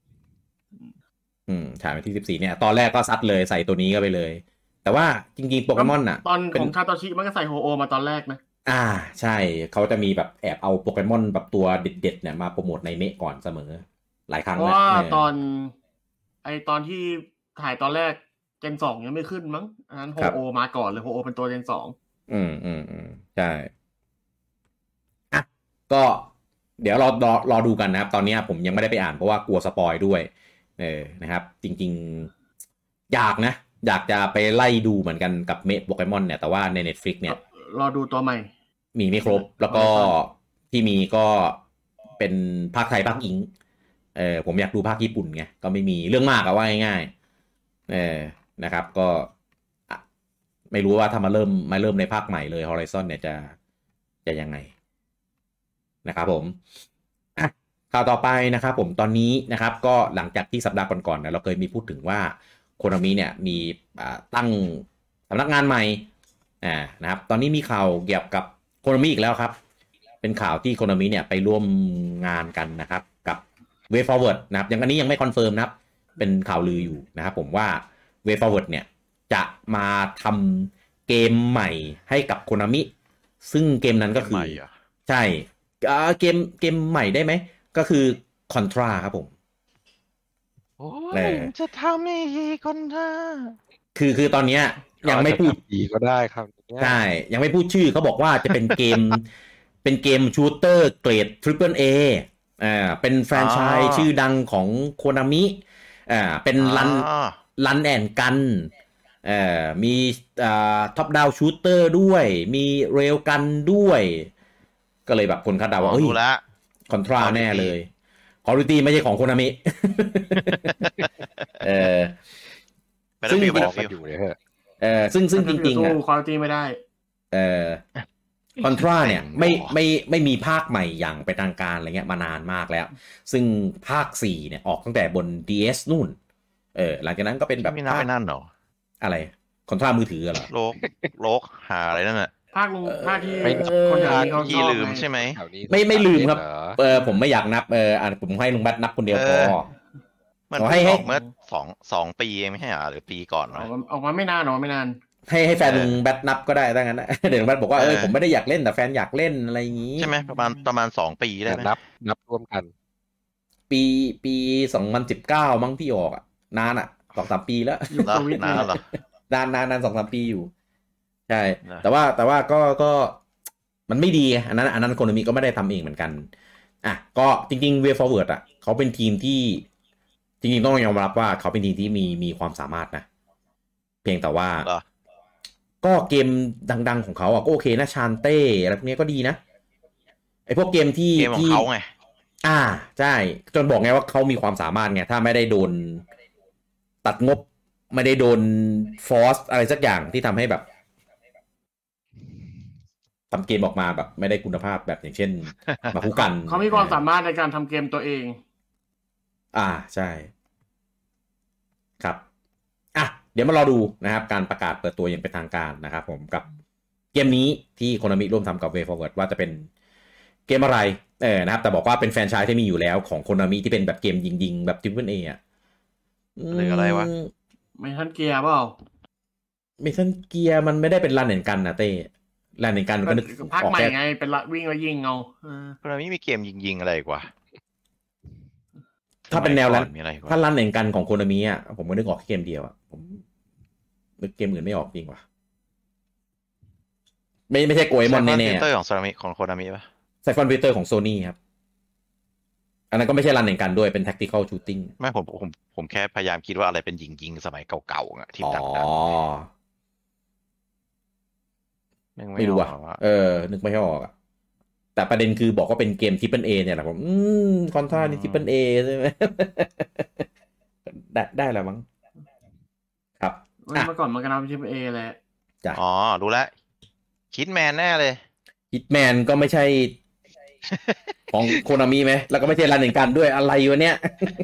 ฉายวันที่14เนี่ยตอนแรกก็ซัดเลยใส่ตัวนี้ก็ไปเลยแต่ว่าจริงๆโปเกมอนน่ะตอนของคาโตชิมันก็ใส่โฮโอมาตอนแรกนะใช่เขาจะมีแบบแอบเอาโปเกมอนแบบตัวเด็ดๆเนี่ยมาโปรโมทในเมะก่อนเสมอหลายครั้งเพราะว่าตอนที่ถ่ายตอนแรกเจน2ยังไม่ขึ้นมั้งอันนั้นโฮโอมาก่อนเลยโฮโอเป็นตัวเจน 2ใช่ก็เดี๋ยวรอดูกันนะครับตอนนี้ผมยังไม่ได้ไปอ่านเพราะว่ากลัวสปอยด้วยนะครับจริงๆอยากจะไปไล่ดูเหมือนกันกับเมะโปเกมอนเนี่ยแต่ว่าใน Netflix เนี่ยรอดูตัวใหม่มีไม่ครบแล้วก็ที่มีก็เป็นภาคไทยภาคอิงผมอยากดูภาคญี่ปุ่นไงก็ไม่มีเรื่องมากว่าง่ายๆนะครับก็ไม่รู้ว่าถ้ามาเริ่มในภาคใหม่เลย Horizon เนี่ยจะยังไงนะครับผมข่าวต่อไปนะครับผมตอนนี้นะครับก็หลังจากที่สัปดาห์ก่อนๆนะเราเคยมีพูดถึงว่าโคนามิเนี่ยมีตั้งสำนักงานใหม่นะครับตอนนี้มีข่าวเกี่ยวกับโคนามิอีกแล้วครับเป็นข่าวที่โคนามิเนี่ยไปร่วมงานกันนะครับกับ Way Forward นะครับอย่างอันนี้ยังไม่คอนเฟิร์มนะครับเป็นข่าวลืออยู่นะครับผมว่า Way Forward เนี่ยจะมาทำเกมใหม่ให้กับโคนามิซึ่งเกมนั้นก็คือใช่เกมใหม่ได้ไหมก็คือ Contra ครับผมโอ้ยจะทำให้Contra คือตอนนี้ยังไม่พูดดีก็ได้ครับใช่ยังไม่พูดชื่อเขาบอกว่าจะเป็นเกม เป็นเกมชูเตอร์เกรด Triple A เป็นแฟรนไชส์ชื่อดังของโคนามิเป็นรันแอนกันมีท็อปดาวชูเตอร์ด้วยมีเรลกันด้วยก็เลยแบบคนคาดเดาว่าเอ้ยคอนทราแน่เลยคอร์ดิตี้ไม่ใช่ของโคนามิซึ่งบอกกันอยู่เลยฮะซึ่งจริงๆอ่ะคอร์ดิตี้ไม่ได้คอนทราเนี่ยไม่มีภาคใหม่อย่างเป็นทางการอะไรเงี้ยมานานมากแล้วซึ่งภาค4เนี่ยออกตั้งแต่บน DS นู่นหลังจากนั้นก็เป็นแบบไม่นับไปนั่นหรออะไรคอนทรามือถือเหรอโลกหาอะไรนั่นน่ะภาคที่คนอย่างนี้เขาชอบลืมใช่ไหมไม่ลืมครับผมไม่อยากนับผมให้ลุงบัตนับคนเดียวพอมันออกเมื่อ2 ปีเองไม่ใช่หรือปีก่อนออกมาไม่นานไม่นานให้แฟนลุงแบทนับก็ได้ถ้างั้นนะเดี๋ยวลุงแบทบอกว่าผมไม่ได้อยากเล่นแต่แฟนอยากเล่นอะไรอย่างงี้ใช่ไหมประมาณ2 ปีได้ไหมนับร่วมกันปี2019มั้งที่ออกนาน2-3 ปีแล้วนานเหรอนาน 2-3 ปีอยู่ใช่แต่ว่าก็มันไม่ดีอันนั้นโคนามิก็ไม่ได้ทำเองเหมือนกันก็จริงๆ Way Forward เขาเป็นทีมที่จริงๆต้องยอมรับว่าเขาเป็นทีมที่มีความสามารถนะเพียงแต่ว่าก็เกมดังๆของเขาก็โอเคนะชานเต้อะไรพวกนี้ก็ดีนะไอพวกเกมที่ของเขาไงใช่จนบอกไงว่าเขามีความสามารถไงถ้าไม่ได้โดนตัดงบไม่ได้โดนฟอร์สอะไรสักอย่างที่ทำให้แบบทำเกมออกมาแบบไม่ได้คุณภาพแบบอย่างเช่นมาคุกันเขามีความสามารถในการทำเกมตัวเองใช่ครับเดี๋ยวมารอดูนะครับการประกาศเปิดตัวอย่างเป็นทางการนะครับผมกับเกมนี้ที่โคนามิร่วมทำกับ Way Forward ว่าจะเป็นเกมอะไรนะครับแต่บอกว่าเป็นแฟรนไชส์ที่มีอยู่แล้วของโคนามิที่เป็นแบบเกมยิงๆแบบ Triple A หรืออะไรวะไม่ทันเกียร์เปล่าไม่ทันเกียร์มันไม่ได้เป็นรันแอนกันนะเต้รันแอนกันก็นึกภาคใหม่ไงเป็นวิ่งแล้วยิงเอาโคนามิมีเกมยิงๆอะไรกว่าถ้าเป็นแนวรันถ้ารันแอนกันของโคนามิผมก็นึกออกแค่เกมเดียวผมนึกเกมอื่นไม่ออกจริงว่ะไม่ใช่โกเอมอนแน่ๆของโคนามิป่ะไซฟอนฟิลเตอร์ของ Sony ครับอันนั้นก็ไม่ใช่รันแอนกันด้วยเป็น tactical shooting ไม่ผมแค่พยายามคิดว่าอะไรเป็นยิงสมัยเก่าๆทีมดังไม่รู้นึกไม่ออกแต่ประเด็นคือบอกว่าเป็นเกม Triple A เนี่ยนะผมคอนทรานี่ Triple A ใช่ไหมได้แล้วมั้งครับเมื่อก่อนมันก็นับ Triple A แหละรู้แล้วฮิตแมนแน่เลยฮิตแมนก็ไม่ใช่ของโคนามิไหมแล้วก็ไม่ใช่รันแอนกันด้วยอะไรวะเนี่ย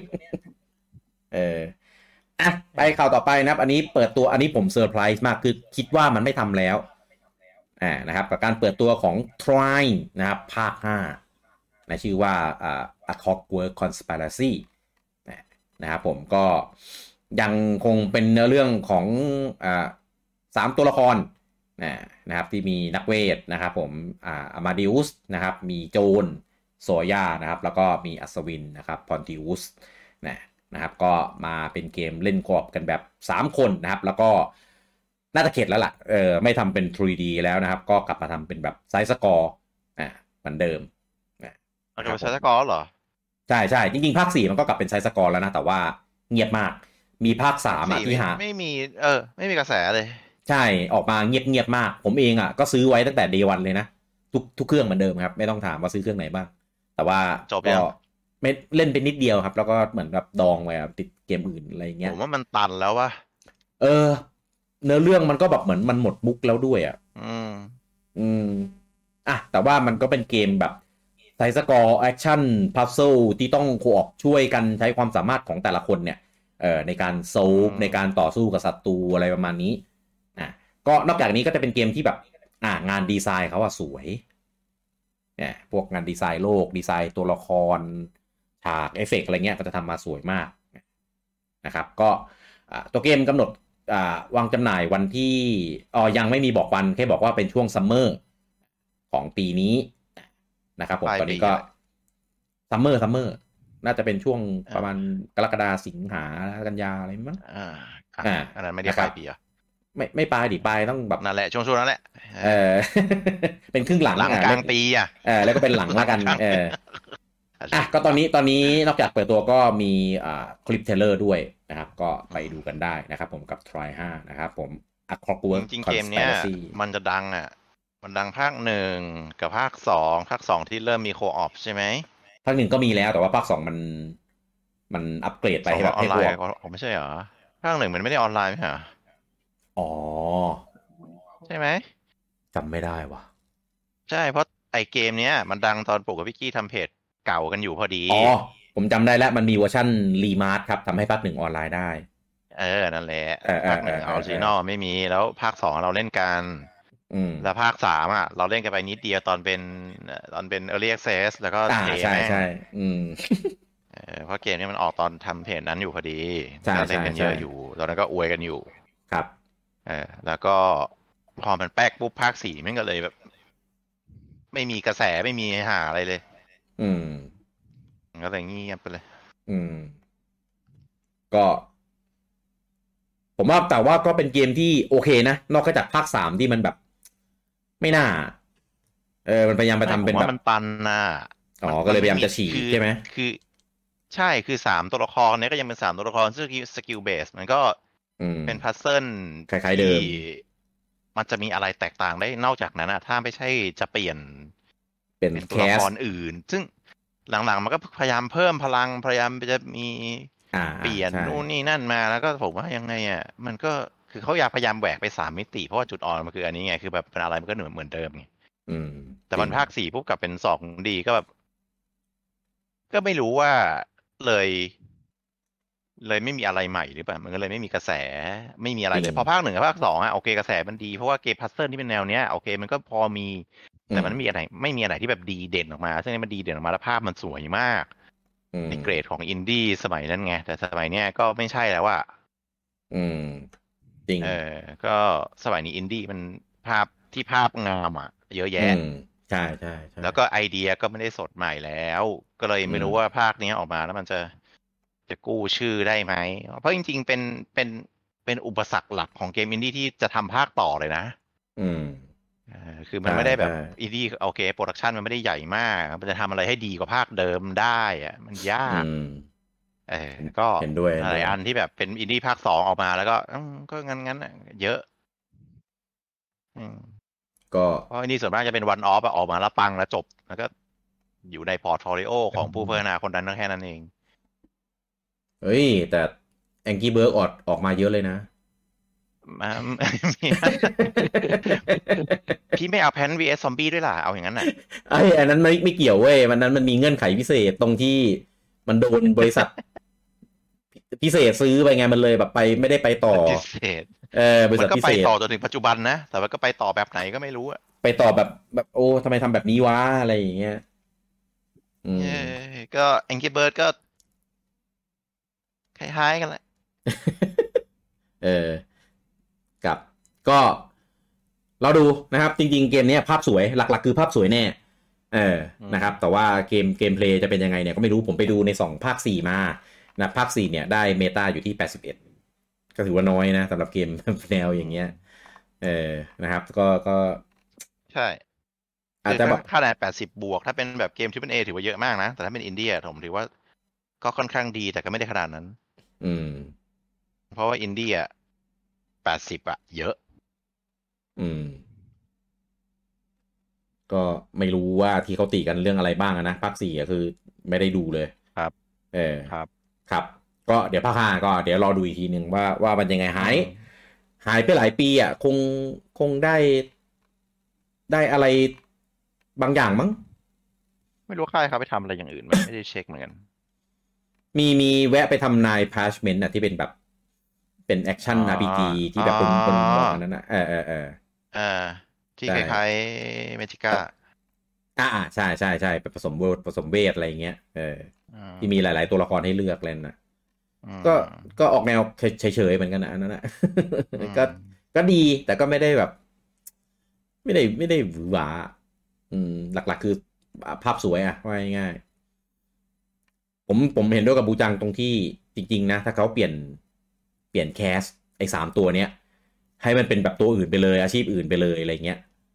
ไปข่าวต่อไปนะครับอันนี้เปิดตัวอันนี้ผมเซอร์ไพรส์มากคือคิดว่ามันไม่ทำแล้วนะครับกับการเปิดตัวของ Trine นะครับภาค5นะชื่อว่าA Clockwork Conspiracy นะครับผมก็ยังคงเป็นเนื้อเรื่องของ3ตัวละครนะครับที่มีนักเวทนะครับผมอามาดิอุสนะครับมีโจนโซย่านะครับแล้วก็มีอัศวินนะครับพอนติอุสนะครับก็มาเป็นเกมเล่นกรอบกันแบบ3คนนะครับแล้วก็น่าจะเข็ดแล้วล่ะไม่ทำเป็น 3D แล้วนะครับก็กลับมาทำเป็นแบบไซส์สกอร์เหมือนเดิมเอาเป็นไซส์สกอร์เหรอใช่จริงๆภาค4มันก็กลับเป็นไซส์สกอร์แล้วนะแต่ว่าเงียบมากมีภาค3ที่หาไม่มีกระแสเลยใช่ออกมาเงียบมากผมเองก็ซื้อไว้ตั้งแต่ Day 1เลยนะทุกเครื่องเหมือนเดิมครับไม่ต้องถามว่าซื้อเครื่องไหนบ้างแต่ว่าก็ไม่เล่นเป็นนิดเดียวครับแล้วก็เหมือนแบบดองไว้ติดเกมอื่นอะไรเงี้ยผมว่ามันตันแล้ววะเนื้อเรื่องมันก็แบบเหมือนมันหมดมุกแล้วด้วยแต่ว่ามันก็เป็นเกมแบบไซส์สกอร์แอคชั่นพัซเซิลที่ต้องโคออกช่วยกันใช้ความสามารถของแต่ละคนเนี่ยในการโซฟในการต่อสู้กับศัตรูอะไรประมาณนี้ก็นอกจากนี้ก็จะเป็นเกมที่แบบงานดีไซน์เขาสวยเนี่ยพวกงานดีไซน์โลกดีไซน์ตัวละครฉากเอฟเฟกต์อะไรเงี้ยก็จะทำมาสวยมากนะครับก็ตัวเกมกำหนดวางจำหน่ายวันที่ยังไม่มีบอกวันแค่บอกว่าเป็นช่วงซัมเมอร์ของปีนี้นะครับผมตอนนี้ก็ซัมเมอร์น่าจะเป็นช่วงประมาณกรกฎาสิงหากันยาอะไรมั้งอันนั้นไม่ได้ปลายปีอ่ะไม่ปลายดิปลายต้องแบบนั่นแหละช่วงนั้นแหละเป็นครึ่งหลังกลางปีอ่ะแล้วก็เป็นหลังละกันก็ตอนนี้นอกจากเปิดตัวก็มีคลิปเทเลอร์ด้วยนะครับก็ไปดูกันได้นะครับผมกับ Try 5นะครับผม Clockwork จริงๆเกมเนี้ยมันจะดังมันดังภาค1กับภาค2ที่เริ่มมีโคออปใช่ไหมภาค1ก็มีแล้วแต่ว่าภาค2มันอัปเกรดไปให้แบบให้พวกไม่ใช่เหรอภาค1มันไม่ได้ออนไลน์ใช่เหรอใช่ไหมจำไม่ได้ว่ะใช่เพราะไอเกมเนี้ยมันดังตอนปลูกกับพี่กี้ทำเพจเก่ากันอยู่พอดีผมจำได้แล้วมันมีเวอร์ชันรีมาสครับทำให้ภาค1ออนไลน์ได้นั่นแหละภาค1ออริจินอลไม่มีแล้วภาค2เราเล่นกันแล้วภาค3เราเล่นกันไปนิดเดียวตอนเป็น Early Access แล้วก็ใช่เพราะเกมนี้มันออกตอนทำเพจนั้นอยู่พอดีเราเล่นกันเยอะอยู่ตอนนั้นก็อวยกันอยู่ครับแล้วก็พอมันแป๊กปุ๊บภาค4มันก็เลยแบบไม่มีกระแสไม่มีหาอะไรเลยก็เลยเงียบไปเลยก็ผมว่าแต่ว่าก็เป็นเกมที่โอเคนะนอกจากภาค3ที่มันแบบไม่น่ามันพยายามไปทำเป็นแบบมันปันน่ะก็เลยพยายามจะฉีกใช่ไหมคือใช่คือ3ตัวละครนี้ก็ยังเป็น3ตัวละครซึ่งสกิลเบสมันก็เป็นพัซเซิลคล้ายๆเดิมมันจะมีอะไรแตกต่างได้นอกจากนั้นถ้าไม่ใช่จะเปลี่ยนเป็นตัวละครอื่นซึ่งหลังๆมันก็พยายามเพิ่มพลังพยายามจะมีเปลี่ยนนู่นนี่นั่นมาแล้วก็ผมว่ายังไงมันก็คือเขาอยากพยายามแหวกไป3มิติเพราะว่าจุดอ่อนมันคืออันนี้ไงคือแบบเป็นอะไรมันก็เหมือนเดิมไงแต่มันภาค4ปุ๊บกลับเป็น2Dก็แบบก็ไม่รู้ว่าเลยไม่มีอะไรใหม่หรือเปล่ามันก็เลยไม่มีกระแสไม่มีอะไรเลยพอภาค1กับภาค2โอเคกระแสมันดีเพราะว่าเกมพัซเซิลที่เป็นแนวเนี้ยโอเคมันก็พอมีแต่มันไม่มีอะไรที่แบบดีเด่นออกมาซึ่งมันดีเด่นออกมาแล้วภาพมันสวยมากในเกรดของอินดี้สมัยนั้นไงแต่สมัยเนี้ยก็ไม่ใช่แล้วจริงก็สมัยนี้อินดี้มันภาพงามเยอะแยะใช่แล้วก็ไอเดียก็ไม่ได้สดใหม่แล้วก็เลยไม่รู้ว่าภาคนี้ออกมาแล้วมันจะกู้ชื่อได้ไหมเพราะจริงๆเป็นอุปสรรคหลักของเกมอินดี้ที่จะทำภาคต่อเลยนะคือมันไม่ได้แบบอินดี้โอเคโปรดักชันมันไม่ได้ใหญ่มากมันจะทำอะไรให้ดีกว่าภาคเดิมได้มันยากก็หลายอันที่แบบเป็นอินดี้ภาค2ออกมาแล้วก็งั้นเยอะก็เพราะอันนี้ส่วนมากจะเป็นวันออฟออกมาแล้วปังแล้วจบแล้วก็อยู่ในพอร์ตโฟลิโอของผู้พัฒนาคนนั้นแค่นั้นเองเฮ้ยแต่แองกี้เบิร์กออกมาเยอะเลยนะพี่ไม่เอาแพน vs ซอมบี้ด้วยล่ะเอาอย่างนั้นน่ะอันนั้นไม่เกี่ยวเว้ยมันมีเงื่อนไขพิเศษตรงที่มันโดนบริษัทพิเศษซื้อไปไงมันเลยแบบไปไม่ได้ไปต่อพิเศษบริษัทพิเศษมันก็ไปต่อจนถึงปัจจุบันนะแต่ว่าก็ไปต่อแบบไหนก็ไม่รู้ไปต่อแบบโอ้ทำไมทำแบบนี้วะอะไรอย่างเงี้ยก็ Angry Bird ก็คล้ายๆกันแหละกับก็เราดูนะครับจริงๆเกมนี้ภาพสวยหลักๆคือภาพสวยแน่นะครับแต่ว่าเกมเพลย์จะเป็นยังไงเนี่ยก็ไม่รู้ผมไปดูใน2ภาค4มานะภาค4เนี่ยได้เมตาอยู่ที่81ก็ถือว่าน้อยนะสำหรับเกมแนวอย่างเงี้ยนะครับก็ใช่อาจจะแบบคะแนน80บวกถ้าเป็นแบบเกม Triple A ถือว่าเยอะมากนะแต่ถ้าเป็นอินดี้ผมถือว่าก็ค่อนข้างดีแต่ก็ไม่ได้ขนาดนั้นเพราะว่าอินดี้80เยอะก็ไม่รู้ว่าที่เขาตีกันเรื่องอะไรบ้างนะภาค4คือไม่ได้ดูเลยครับครับก็เดี๋ยวภาค5ก็เดี๋ยวรอดูอีกทีนึงว่ามันยังไงหายไปหลายปีคงได้อะไรบางอย่างมั้งไม่รู้ค่ายเขาไปทำอะไรอย่างอื่นไม่ได้เช็คเหมือนกันมีแวะไปทำนาย Parchment ที่เป็นแบบเป็นแอคชั่น RPG ที่แบบคนบอกอันนั้นที่คล้ายๆเมจิก้าใช่ผสมเวทอะไรอย่างเงี้ยที่มีหลายๆตัวละครให้เลือกเล่นนะก็ออกแนวเฉยๆเหมือนกันนะอันนั้นนะก็ดีแต่ก็ไม่ได้แบบไม่ได้หวือหวาหลักๆคือภาพสวยว่าง่ายผมเห็นด้วยกับบูจังตรงที่จริงๆนะถ้าเขาเปลี่ยนแคสไอ้3ตัวเนี้ยให้มันเป็นแบบตัวอื่นไปเลยอาชีพอื่นไปเลยอะไรเงี้ย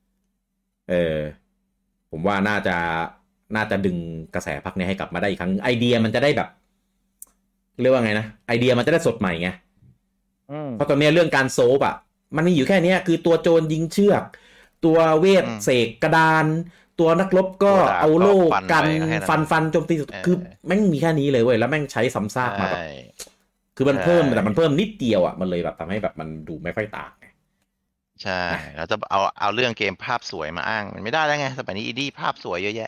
ผมว่าน่าจะดึงกระแสพักนี้ให้กลับมาได้อีกครั้งไอเดียมันจะได้แบบเรียกว่าไงนะไอเดียมันจะได้สดใหม่ไงเพราะตอนนี้เรื่องการโซฟมันมีอยู่แค่นี้คือตัวโจรยิงเชือกตัวเวทเสกกระดานตัวนักรบก็เอาโล่กันฟันโจมตีคือแม่งมีแค่นี้เลยเว้ยแล้วแม่งใช้ซ้ำซากมาแบบคือมันเพิ่มแต่มันเพิ่มนิดเดียวมันเลยแบบทำให้แบบมันดูไม่ค่อยต่างใช่แล้วจะเอาเรื่องเกมภาพสวยมาอ้างมันไม่ได้แล้วไงสมัยนี้อีดี้ภาพสวยเยอะแยะ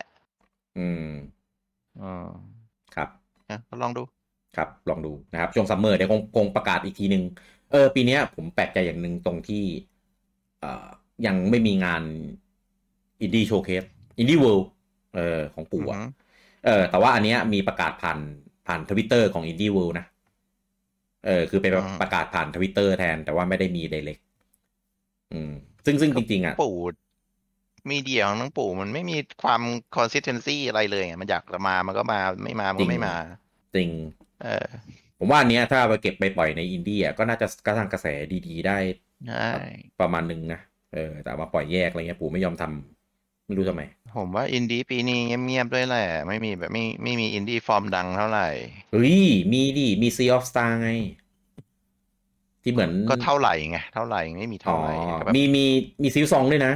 ครับก็ลองดูครับลองดูนะครับช่วงซัมเมอร์เดี๋ยวคงประกาศอีกทีนึงปีนี้ผมแปลกใจอย่างนึงตรงที่ยังไม่มีงานอินดี้โชว์เคสอินดี้เวิลด์ของปู่แต่ว่าอันเนี้ยมีประกาศผ่าน Twitter ของ Indie World นะคือเป็นประกาศผ่าน Twitter แทนแต่ว่าไม่ได้มี Direct ซึ่งจริงๆปู่มีเดียของน้องปู่มันไม่มีความ consistency อะไรเลยมันอยากจะมามันก็มาไม่มามันก็ไม่มาจริงผมว่าอันเนี้ยถ้าไปเก็บไปปล่อยในอินดี้ก็น่าจะกระทั่งกระแสดีๆได้ประมาณนึงนะแต่มาปล่อยแยกอะไรเงี้ยปู่ไม่ยอมทำไม่รู้ทำไมผมว่าอินดี้ปีนี้เงียบๆด้วยแหละไม่มีแบบไม่มีอินดี้ฟอร์มดังเท่าไหร่เฮ้ยมีดิมี Sea of Star ไงที่เหมือนก็เท่าไหร่ไงเท่าไหร่ไม่มีเท่าไหร่มีซีซั่น2ด้วยนะ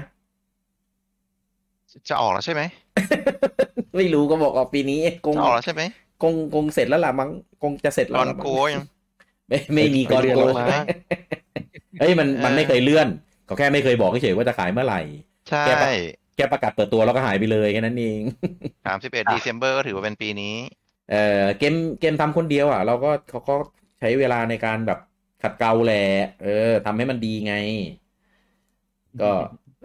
จะออกแล้วใช่ไหมไม่รู้ก็บอกออกปีนี้คงออกแล้วใช่ไหมคงเสร็จแล้วล่ะมั้งคงจะเสร็จแล้วก่อนโกยังไม่มีก่อนโกเฮ้ยมันไม่เคยเลื่อนเขาแค่ไม่เคยบอกเฉยๆว่าจะขายเมื่อไหร่ใช่แกประกาศเปิดตัวแล้วก็หายไปเลยแค่นั้นเอง 31 December ก็ถือว่าเป็นปีนี้เกมทำคนเดียวเขาก็ใช้เวลาในการแบบขัดเกลาแหละทำให้มันดีไงก็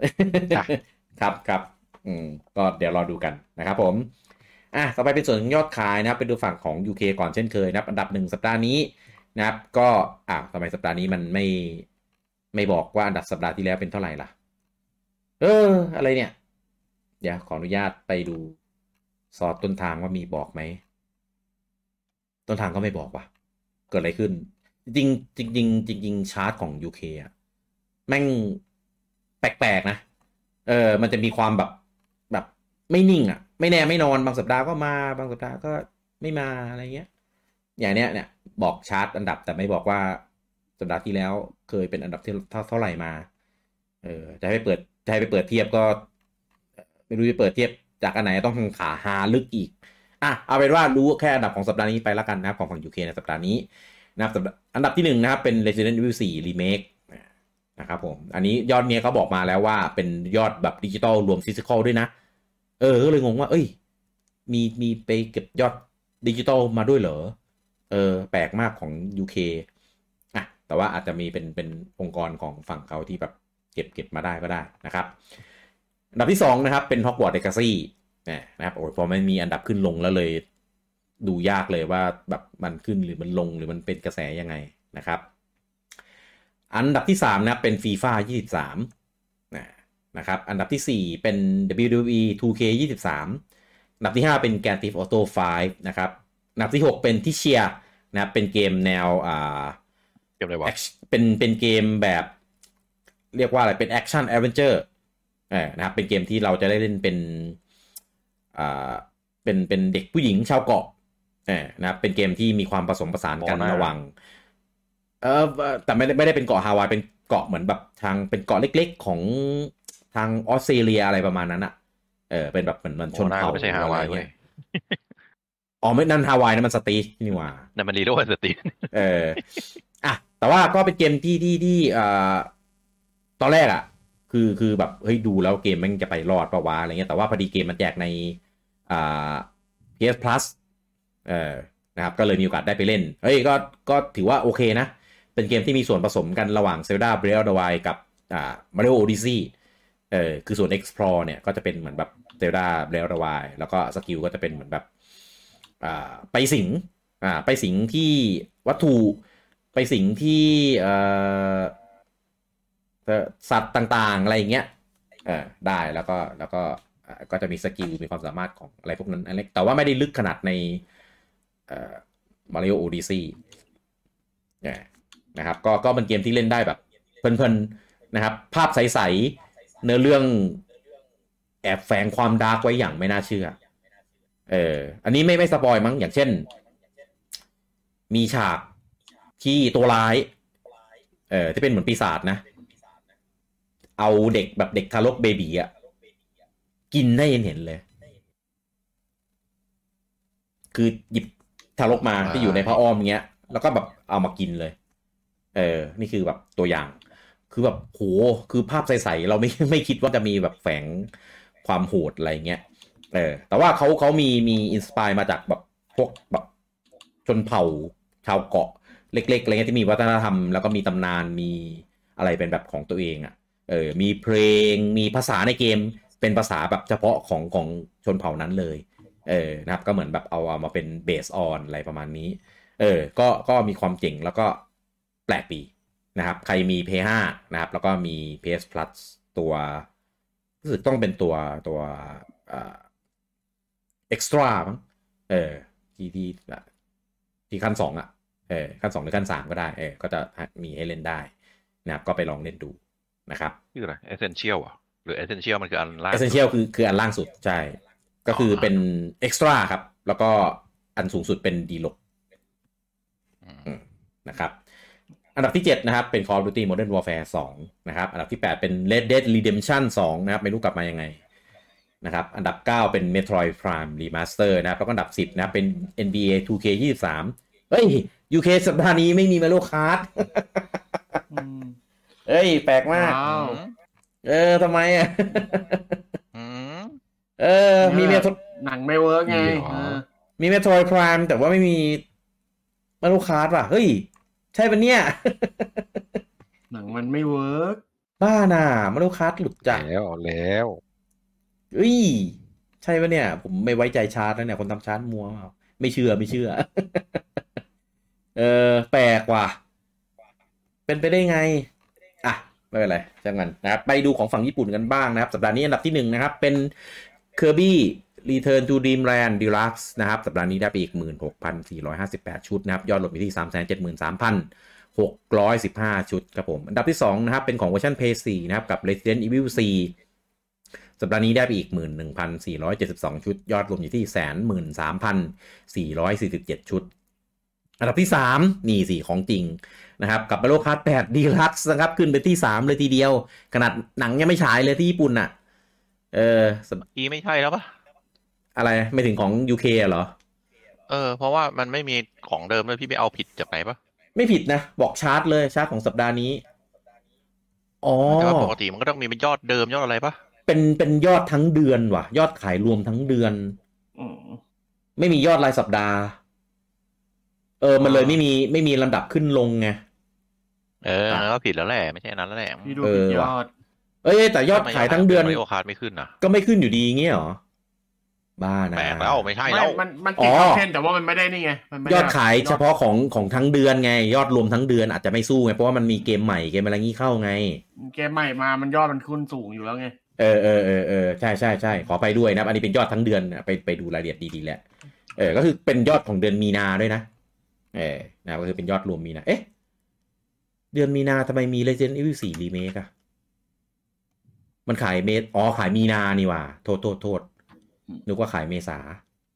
ครับก็เดี๋ยวรอดูกันนะครับผมต่อไปเป็นส่วนของยอดขายนะครับไปดูฝั่งของ UK ก่อนเช่นเคยนะครับอันดับ1สัปดาห์นี้นะครับก็ทำไมสัปดาห์นี้มันไม่บอกว่าอันดับสัปดาห์ที่แล้วเป็นเท่าไหร่ล่ะอะไรเนี่ยเดี๋ยวขออนุญาตไปดูซอสต้นทางว่ามีบอกไหมต้นทางก็ไม่บอกว่ะเกิดอะไรขึ้นจริงชาร์ตของ UK แม่งแปลกๆนะมันจะมีความแบบไม่นิ่งไม่แน่ไม่นอนบางสัปดาห์ก็มาบางสัปดาห์ก็ไม่มาอะไรเงี้ยอย่างเนี้ยเนี่ยบอกชาร์ตอันดับแต่ไม่บอกว่าสัปดาห์ที่แล้วเคยเป็นอันดับที่เท่าไหร่มาจะให้ไปเปิดเทียบก็ไม่รู้จะเปิดเทียบจากอันไหนต้องขาหาลึกอีกเอาเป็นว่ารู้แค่อันดับของสัปดาห์นี้ไปละกันนะครับของฝั่ง UK ในสัปดาห์นี้นะครับอันดับที่1นะครับเป็น Resident Evil 4 Remake นะครับผมอันนี้ยอดเนี้ยเขาบอกมาแล้วว่าเป็นยอดแบบดิจิตอลรวมฟิสิกอลด้วยนะก็เลยงงว่ามีไปเก็บยอดดิจิตอลมาด้วยเหรอแปลกมากของ UK แต่ว่าอาจจะมีเป็นองค์กรของฝั่งเขาที่แบบเก็บมาได้ก็ได้นะครับอันดับที่2นะครับเป็น Hogwarts Legacy นะครับพอมันมีอันดับขึ้นลงแล้วเลยดูยากเลยว่าแบบมันขึ้นหรือมันลงหรือมันเป็นกระแสยังไงนะครับอันดับที่3นะครับเป็น FIFA 23นะครับอันดับที่4เป็น WWE 2K 23อันดับที่5เป็น Grand Theft Auto 5นะครับอันดับที่6เป็น Tishia นะครับเป็นเกมแนวเกมอะไรวะเป็นเกมแบบเรียกว่าอะไรเป็นแอคชั่นแอดเวนเจอร์นะครับเป็นเกมที่เราจะได้เล่นเป็นเด็กผู้หญิงชาวเกาะนะครับเป็นเกมที่มีความผสมผสานกันระหว่างแต่ไม่ได้เป็นเกาะฮาวายเป็นเกาะเหมือนแบบทางเป็นเกาะเล็กๆของทางออสเตรเลียอะไรประมาณนั้นเป็นแบบเหมือนชนเผ่าไม่ใช่ฮาวายเว้ยไม่นั่นฮาวายนั่นมันสตีฟนี่หว่านั่นมันลีโร่สตีฟแต่ว่าก็เป็นเกมที่ตอนแรกคือแบบเฮ้ยดูแล้วเกมมันจะไปรอดป่าววะอะไรเงี้ยแต่ว่าพอดีเกมมันแจกในา PS Plus นะครับก็เลยมีโอกาสได้ไปเล่นก็ถือว่าโอเคนะเป็นเกมที่มีส่วนผสมกันระหว่าง Zelda Breath of the Wild กับMario Odyssey คือส่วน Explore เนี่ยก็จะเป็นเหมือนแบบ Zelda Breath of the Wild แล้วก็สกิลก็จะเป็นเหมือนแบบไปสิงที่วัตถุไปสิงที่สัตว์ต่างๆอะไรอย่างเงี้ยได้แล้วก็จะมีสกิลมีความสามารถของอะไรพวกนั้นอะไรแต่ว่าไม่ได้ลึกขนาดในMario Odyssey นะครับก็เป็นเกมที่เล่นได้แบบเพลินๆนะครับภาพใสๆเนื้อเรื่องแอบแฝงความดาร์กไว้อย่างไม่น่าเชื่ออันนี้ไม่สปอยมั้งอย่างเช่นมีฉากที่ตัวร้ายที่เป็นเหมือนปีศาจนะเอาเด็กแบบเด็กทารกเบบีกินได้เห็นเลยคือหยิบทารกมาที่อยู่ในผ้าอ้อมเงี้ยแล้วก็แบบเอามากินเลยนี่คือแบบตัวอย่างคือแบบโหคือภาพใสๆเราไม่คิดว่าจะมีแบบแฝงความโหดอะไรเงี้ยแต่ว่าเขามีอินสไปร์มาจากแบบพวกแบบชนเผ่าชาวเกาะเล็กๆอะไรเงี้ยที่มีวัฒนธรรมแล้วก็มีตำนานมีอะไรเป็นแบบของตัวเองมีเพลงมีภาษาในเกมเป็นภาษาแบบเฉพาะของชนเผ่านั้นเลยนะครับก็เหมือนแบบเอามาเป็นเบสออนอะไรประมาณนี้ก็มีความเจ๋งแล้วก็แปลกดีนะครับใครมี PS5 นะครับแล้วก็มี PS Plus ตัวรู้สึกต้องเป็นตัวextra มั้งที่ขั้น2ขั้น2หรือขั้น3ก็ได้ก็จะมีให้เล่นได้นะครับก็ไปลองเล่นดูนะครับคืออะไร Essential หรือ Essential มันคืออันล่าง Essential คืออันล่างสุดใช่ก็คือเป็น extra ครับแล้วก็อันสูงสุดเป็น Deluxe นะครับอันดับที่7นะครับเป็น Call of Duty Modern Warfare 2นะครับอันดับที่8เป็น Red Dead Redemption 2นะครับไม่รู้กลับมายังไงนะครับอันดับ9เป็น Metroid Prime Remaster นะครับแล้วก็อันดับ10นะครับเป็น NBA 2K23 เฮ้ย UK สัปดาห์นี้ไม่มี Mario Kart เอ้ยแปลกมากทำไมมีหนังไม่เวิร์กไงมี Metroid Prime แต่ว่าไม่มี Mario Kart ว่ะเฮ้ยใช่ปะเนี่ยหนังมันไม่เวิร์กบ้าน่ะMario Kart หลุดจากแล้วเอ้ยใช่ปะเนี่ยผมไม่ไว้ใจชาร์ตนะเนี่ยคนทำชาร์ตมัวไม่เชื่อแปลกว่ะเป็นไปได้ไงไม่เป็นไรช่างมันนะครับไปดูของฝั่งญี่ปุ่นกันบ้างนะครับสัปดาห์นี้อันดับที่1นะครับเป็น Kirby Return to Dreamland Deluxe นะครับสัปดาห์นี้ได้ไปอีก 16,458 ชุดนะครับยอดรวมอยู่ที่ 373,615 ชุดครับผมอันดับที่2นะครับเป็นของเวอร์ชัน PS4 นะครับกับ Resident Evil 4สัปดาห์นี้ได้ไปอีก 11,472 ชุดยอดรวมอยู่ที่ 13,447 ชุดอันดับที่3นี่สิของจริงนะครับกับ Mario Kart 8 Deluxe นะครับขึ้นไปที่3เลยทีเดียวขนาดหนังยังไม่ฉายเลยที่ญี่ปุ่นน่ะไม่ใช่แล้วปะอะไรไม่ถึงของ UK เหรอเพราะว่ามันไม่มีของเดิมเลยพี่ไปเอาผิดจากไหนปะไม่ผิดนะบอกชาร์ตเลยชาร์ตของสัปดาห์นี้แต่ว่าปกติมันก็ต้องมีเป็นยอดเดิมยอดอะไรปะเป็นยอดทั้งเดือนว่ะยอดขายรวมทั้งเดือนไม่มียอดรายสัปดาห์มันเลยไม่มีลำดับขึ้นลงไงก็ผิดแล้วแหละไม่ใช่นั้นแล้วแหละพี่ดูผิดยอดแต่ยอดขายทั้งเดือน Mario Kart ไม่ขึ้นนะก็ไม่ขึ้นอยู่ดีเงี้ยหรอบ้านะแปลกแล้วไม่ใช่แล้วมันติดท็อป10แต่ว่ามันไม่ได้นี่ไงยอดขายเฉพาะของทั้งเดือนไงยอดรวมทั้งเดือนอาจจะไม่สู้ไงเพราะว่ามันมีเกมใหม่เกมอะไรงี้เข้าไงเกมใหม่มามันยอดมันขึ้นสูงอยู่แล้วไงใช่ขอไปด้วยนะอันนี้เป็นยอดทั้งเดือนไปดูรายละเอียดดีๆแหละก็คือเป็นยอดของเดือนมีนาด้วยนะนะก็คือเป็นยอดรวมมีนาเดือนมีนาทำไมมี Resident Evil 4 Remake มันขายขายมีนานี่ว่ะโทษนึกว่าขายเมษา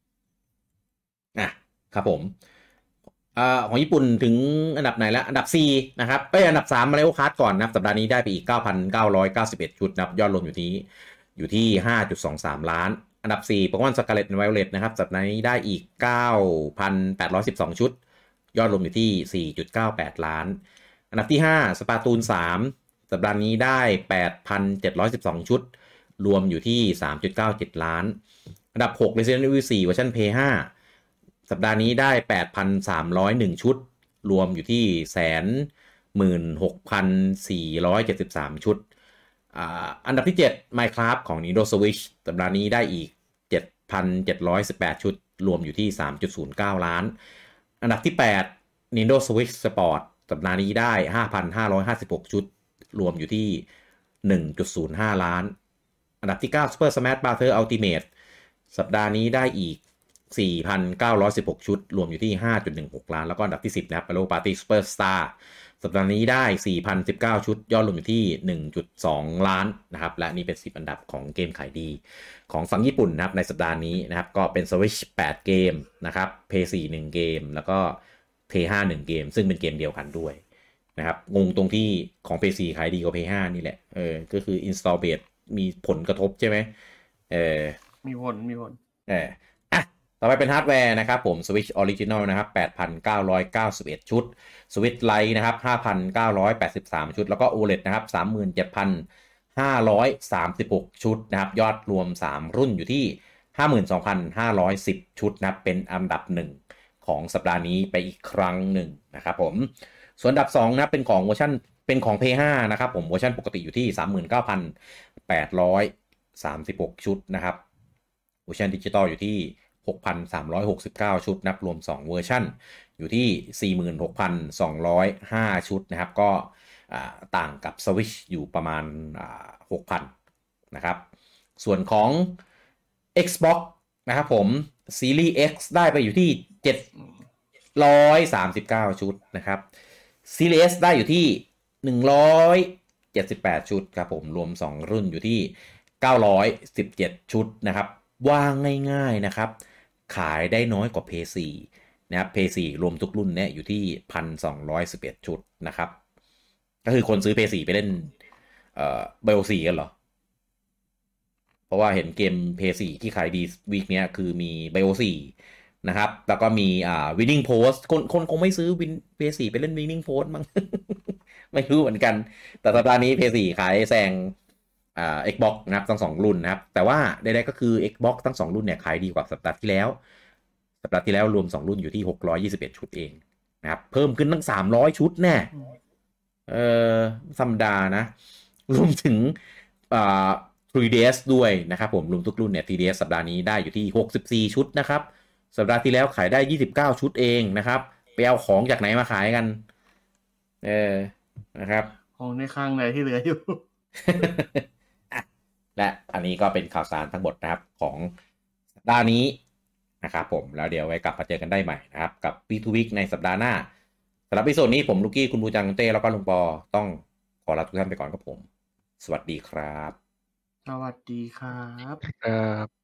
ครับผมของญี่ปุ่นถึงอันดับไหนแล้วอันดับ4นะครับอันดับ3 Mario Kart ก่อนนะครับสัปดาห์นี้ได้ไปอีก 9,991 ชุดนะครับยอดรวมอยู่ที่ 5.23 ล้านอันดับ4 Pokémon Scarlet and Violet นะครับสัปดาห์นี้ได้อีก 9,812 ชุดยอดรวมอยู่ที่ 4.98 ล้านอันดับที่5 Splatoon 3สัปดาห์นี้ได้ 8,712 ชุดรวมอยู่ที่ 3.97 ล้านอันดับ6 Resident Evil 4เวอร์ชัน PS5 สัปดาห์นี้ได้ 8,301 ชุดรวมอยู่ที่ 16,473 ชุดอันดับที่7 Minecraft ของ Nintendo Switch สัปดาห์นี้ได้อีก 7,718 ชุดรวมอยู่ที่ 3.09 ล้านอันดับที่8 Nintendo Switch Sport สัปดาห์นี้ได้ 5,556 ชุดรวมอยู่ที่ 1.05 ล้านอันดับที่9 Super Smash Bros Ultimate สัปดาห์นี้ได้อีก 4,916 ชุดรวมอยู่ที่ 5.16 ล้านแล้วก็อันดับที่10นะครับ Mario Party Superstar สัปดาห์นี้ได้ 4,019 ชุดยอดรวมอยู่ที่ 1.2 ล้านนะครับและนี่เป็น10อันดับของเกมขายดีของฝั่งญี่ปุ่นนะครับในสัปดาห์นี้นะครับก็เป็น Switch 8 เกมนะครับ PS4 1 เกมแล้วก็ PS5 1 เกมซึ่งเป็นเกมเดียวกันด้วยนะครับงงตรงที่ของ PS4 ขายดีกว่า PS5 นี่แหละก็คือ install base มีผลกระทบใช่ไหมมีผลต่อไปเป็นฮาร์ดแวร์นะครับผม Switch Original นะครับ 8,991 ชุด Switch Lite นะครับ 5,983 ชุดแล้วก็ OLED นะครับ 37,536 ชุดนะครับยอดรวม3รุ่นอยู่ที่ 52,510 ชุดนะครับเป็นอันดับ1ของสัปดาห์นี้ไปอีกครั้งหนึ่งนะครับผมส่วนอันดับ2นะเป็นของเวอร์ชันเป็นของ PS5 นะครับผมเวอร์ชันปกติอยู่ที่ 39,836 ชุดนะครับเวอร์ชันดิจิตอลอยู่ที่ 6,369 ชุดนับรวม2เวอร์ชันอยู่ที่ 46,205 ชุดนะครับก็ต่างกับ Switch อยู่ประมาณ 6,000 นะครับส่วนของ Xbox นะครับผม Series X ได้ไปอยู่ที่739 ชุดนะครับ Series S ได้อยู่ที่178 ชุดครับผมรวม2รุ่นอยู่ที่917 ชุดนะครับว่าง่ายๆนะครับขายได้น้อยกว่า PS4 นะครับ PS4 รวมทุกรุ่นเนี่ยอยู่ที่ 1,211 ชุดนะครับก็คือคนซื้อ PS4 ไปเล่นBioC กันเหรอเพราะว่าเห็นเกม PS4 ที่ขายดีวีคเนี้ยคือมี BioC นะครับแล้วก็มีWinning Post คนคงไม่ซื้อPS4 ไปเล่น Winning Post มั้ง ไม่รู้เหมือนกันแต่สัปดาห์นี้ PS4 ขายแซงXbox นะครับทั้ง2รุ่นนะครับแต่ว่าใดๆก็คือ Xbox ทั้ง2รุ่นเนี่ยขายดีกว่าสัปดาห์ที่แล้วรวม2รุ่นอยู่ที่621ชุดเองนะครับเพิ่มขึ้นตั้ง300ชุดแน่ธรรมดานะรวมถึง3DS ด้วยนะครับผมรวมทุกรุ่นเนี่ย 3DS สัปดาห์นี้ได้อยู่ที่64ชุดนะครับสัปดาห์ที่แล้วขายได้29ชุดเองนะครับไปเอาของจากไหนมาขายกันนะครับของในข้างไหนที่เหลืออยู่และอันนี้ก็เป็นข่าวสารทั้งหมดนะครับของสัปดาห์นี้นะครับผมแล้วเดี๋ยวไว้กลับมาเจอกันได้ใหม่นะครับกับ Week to Week ในสัปดาห์หน้าสำหรับอีพิโซดนี้ผมลูกี้คุณบูจังเต้แล้วก็ลุงปอต้องขอลาทุกท่านไปก่อนครับผมสวัสดีครับสวัสดีครับ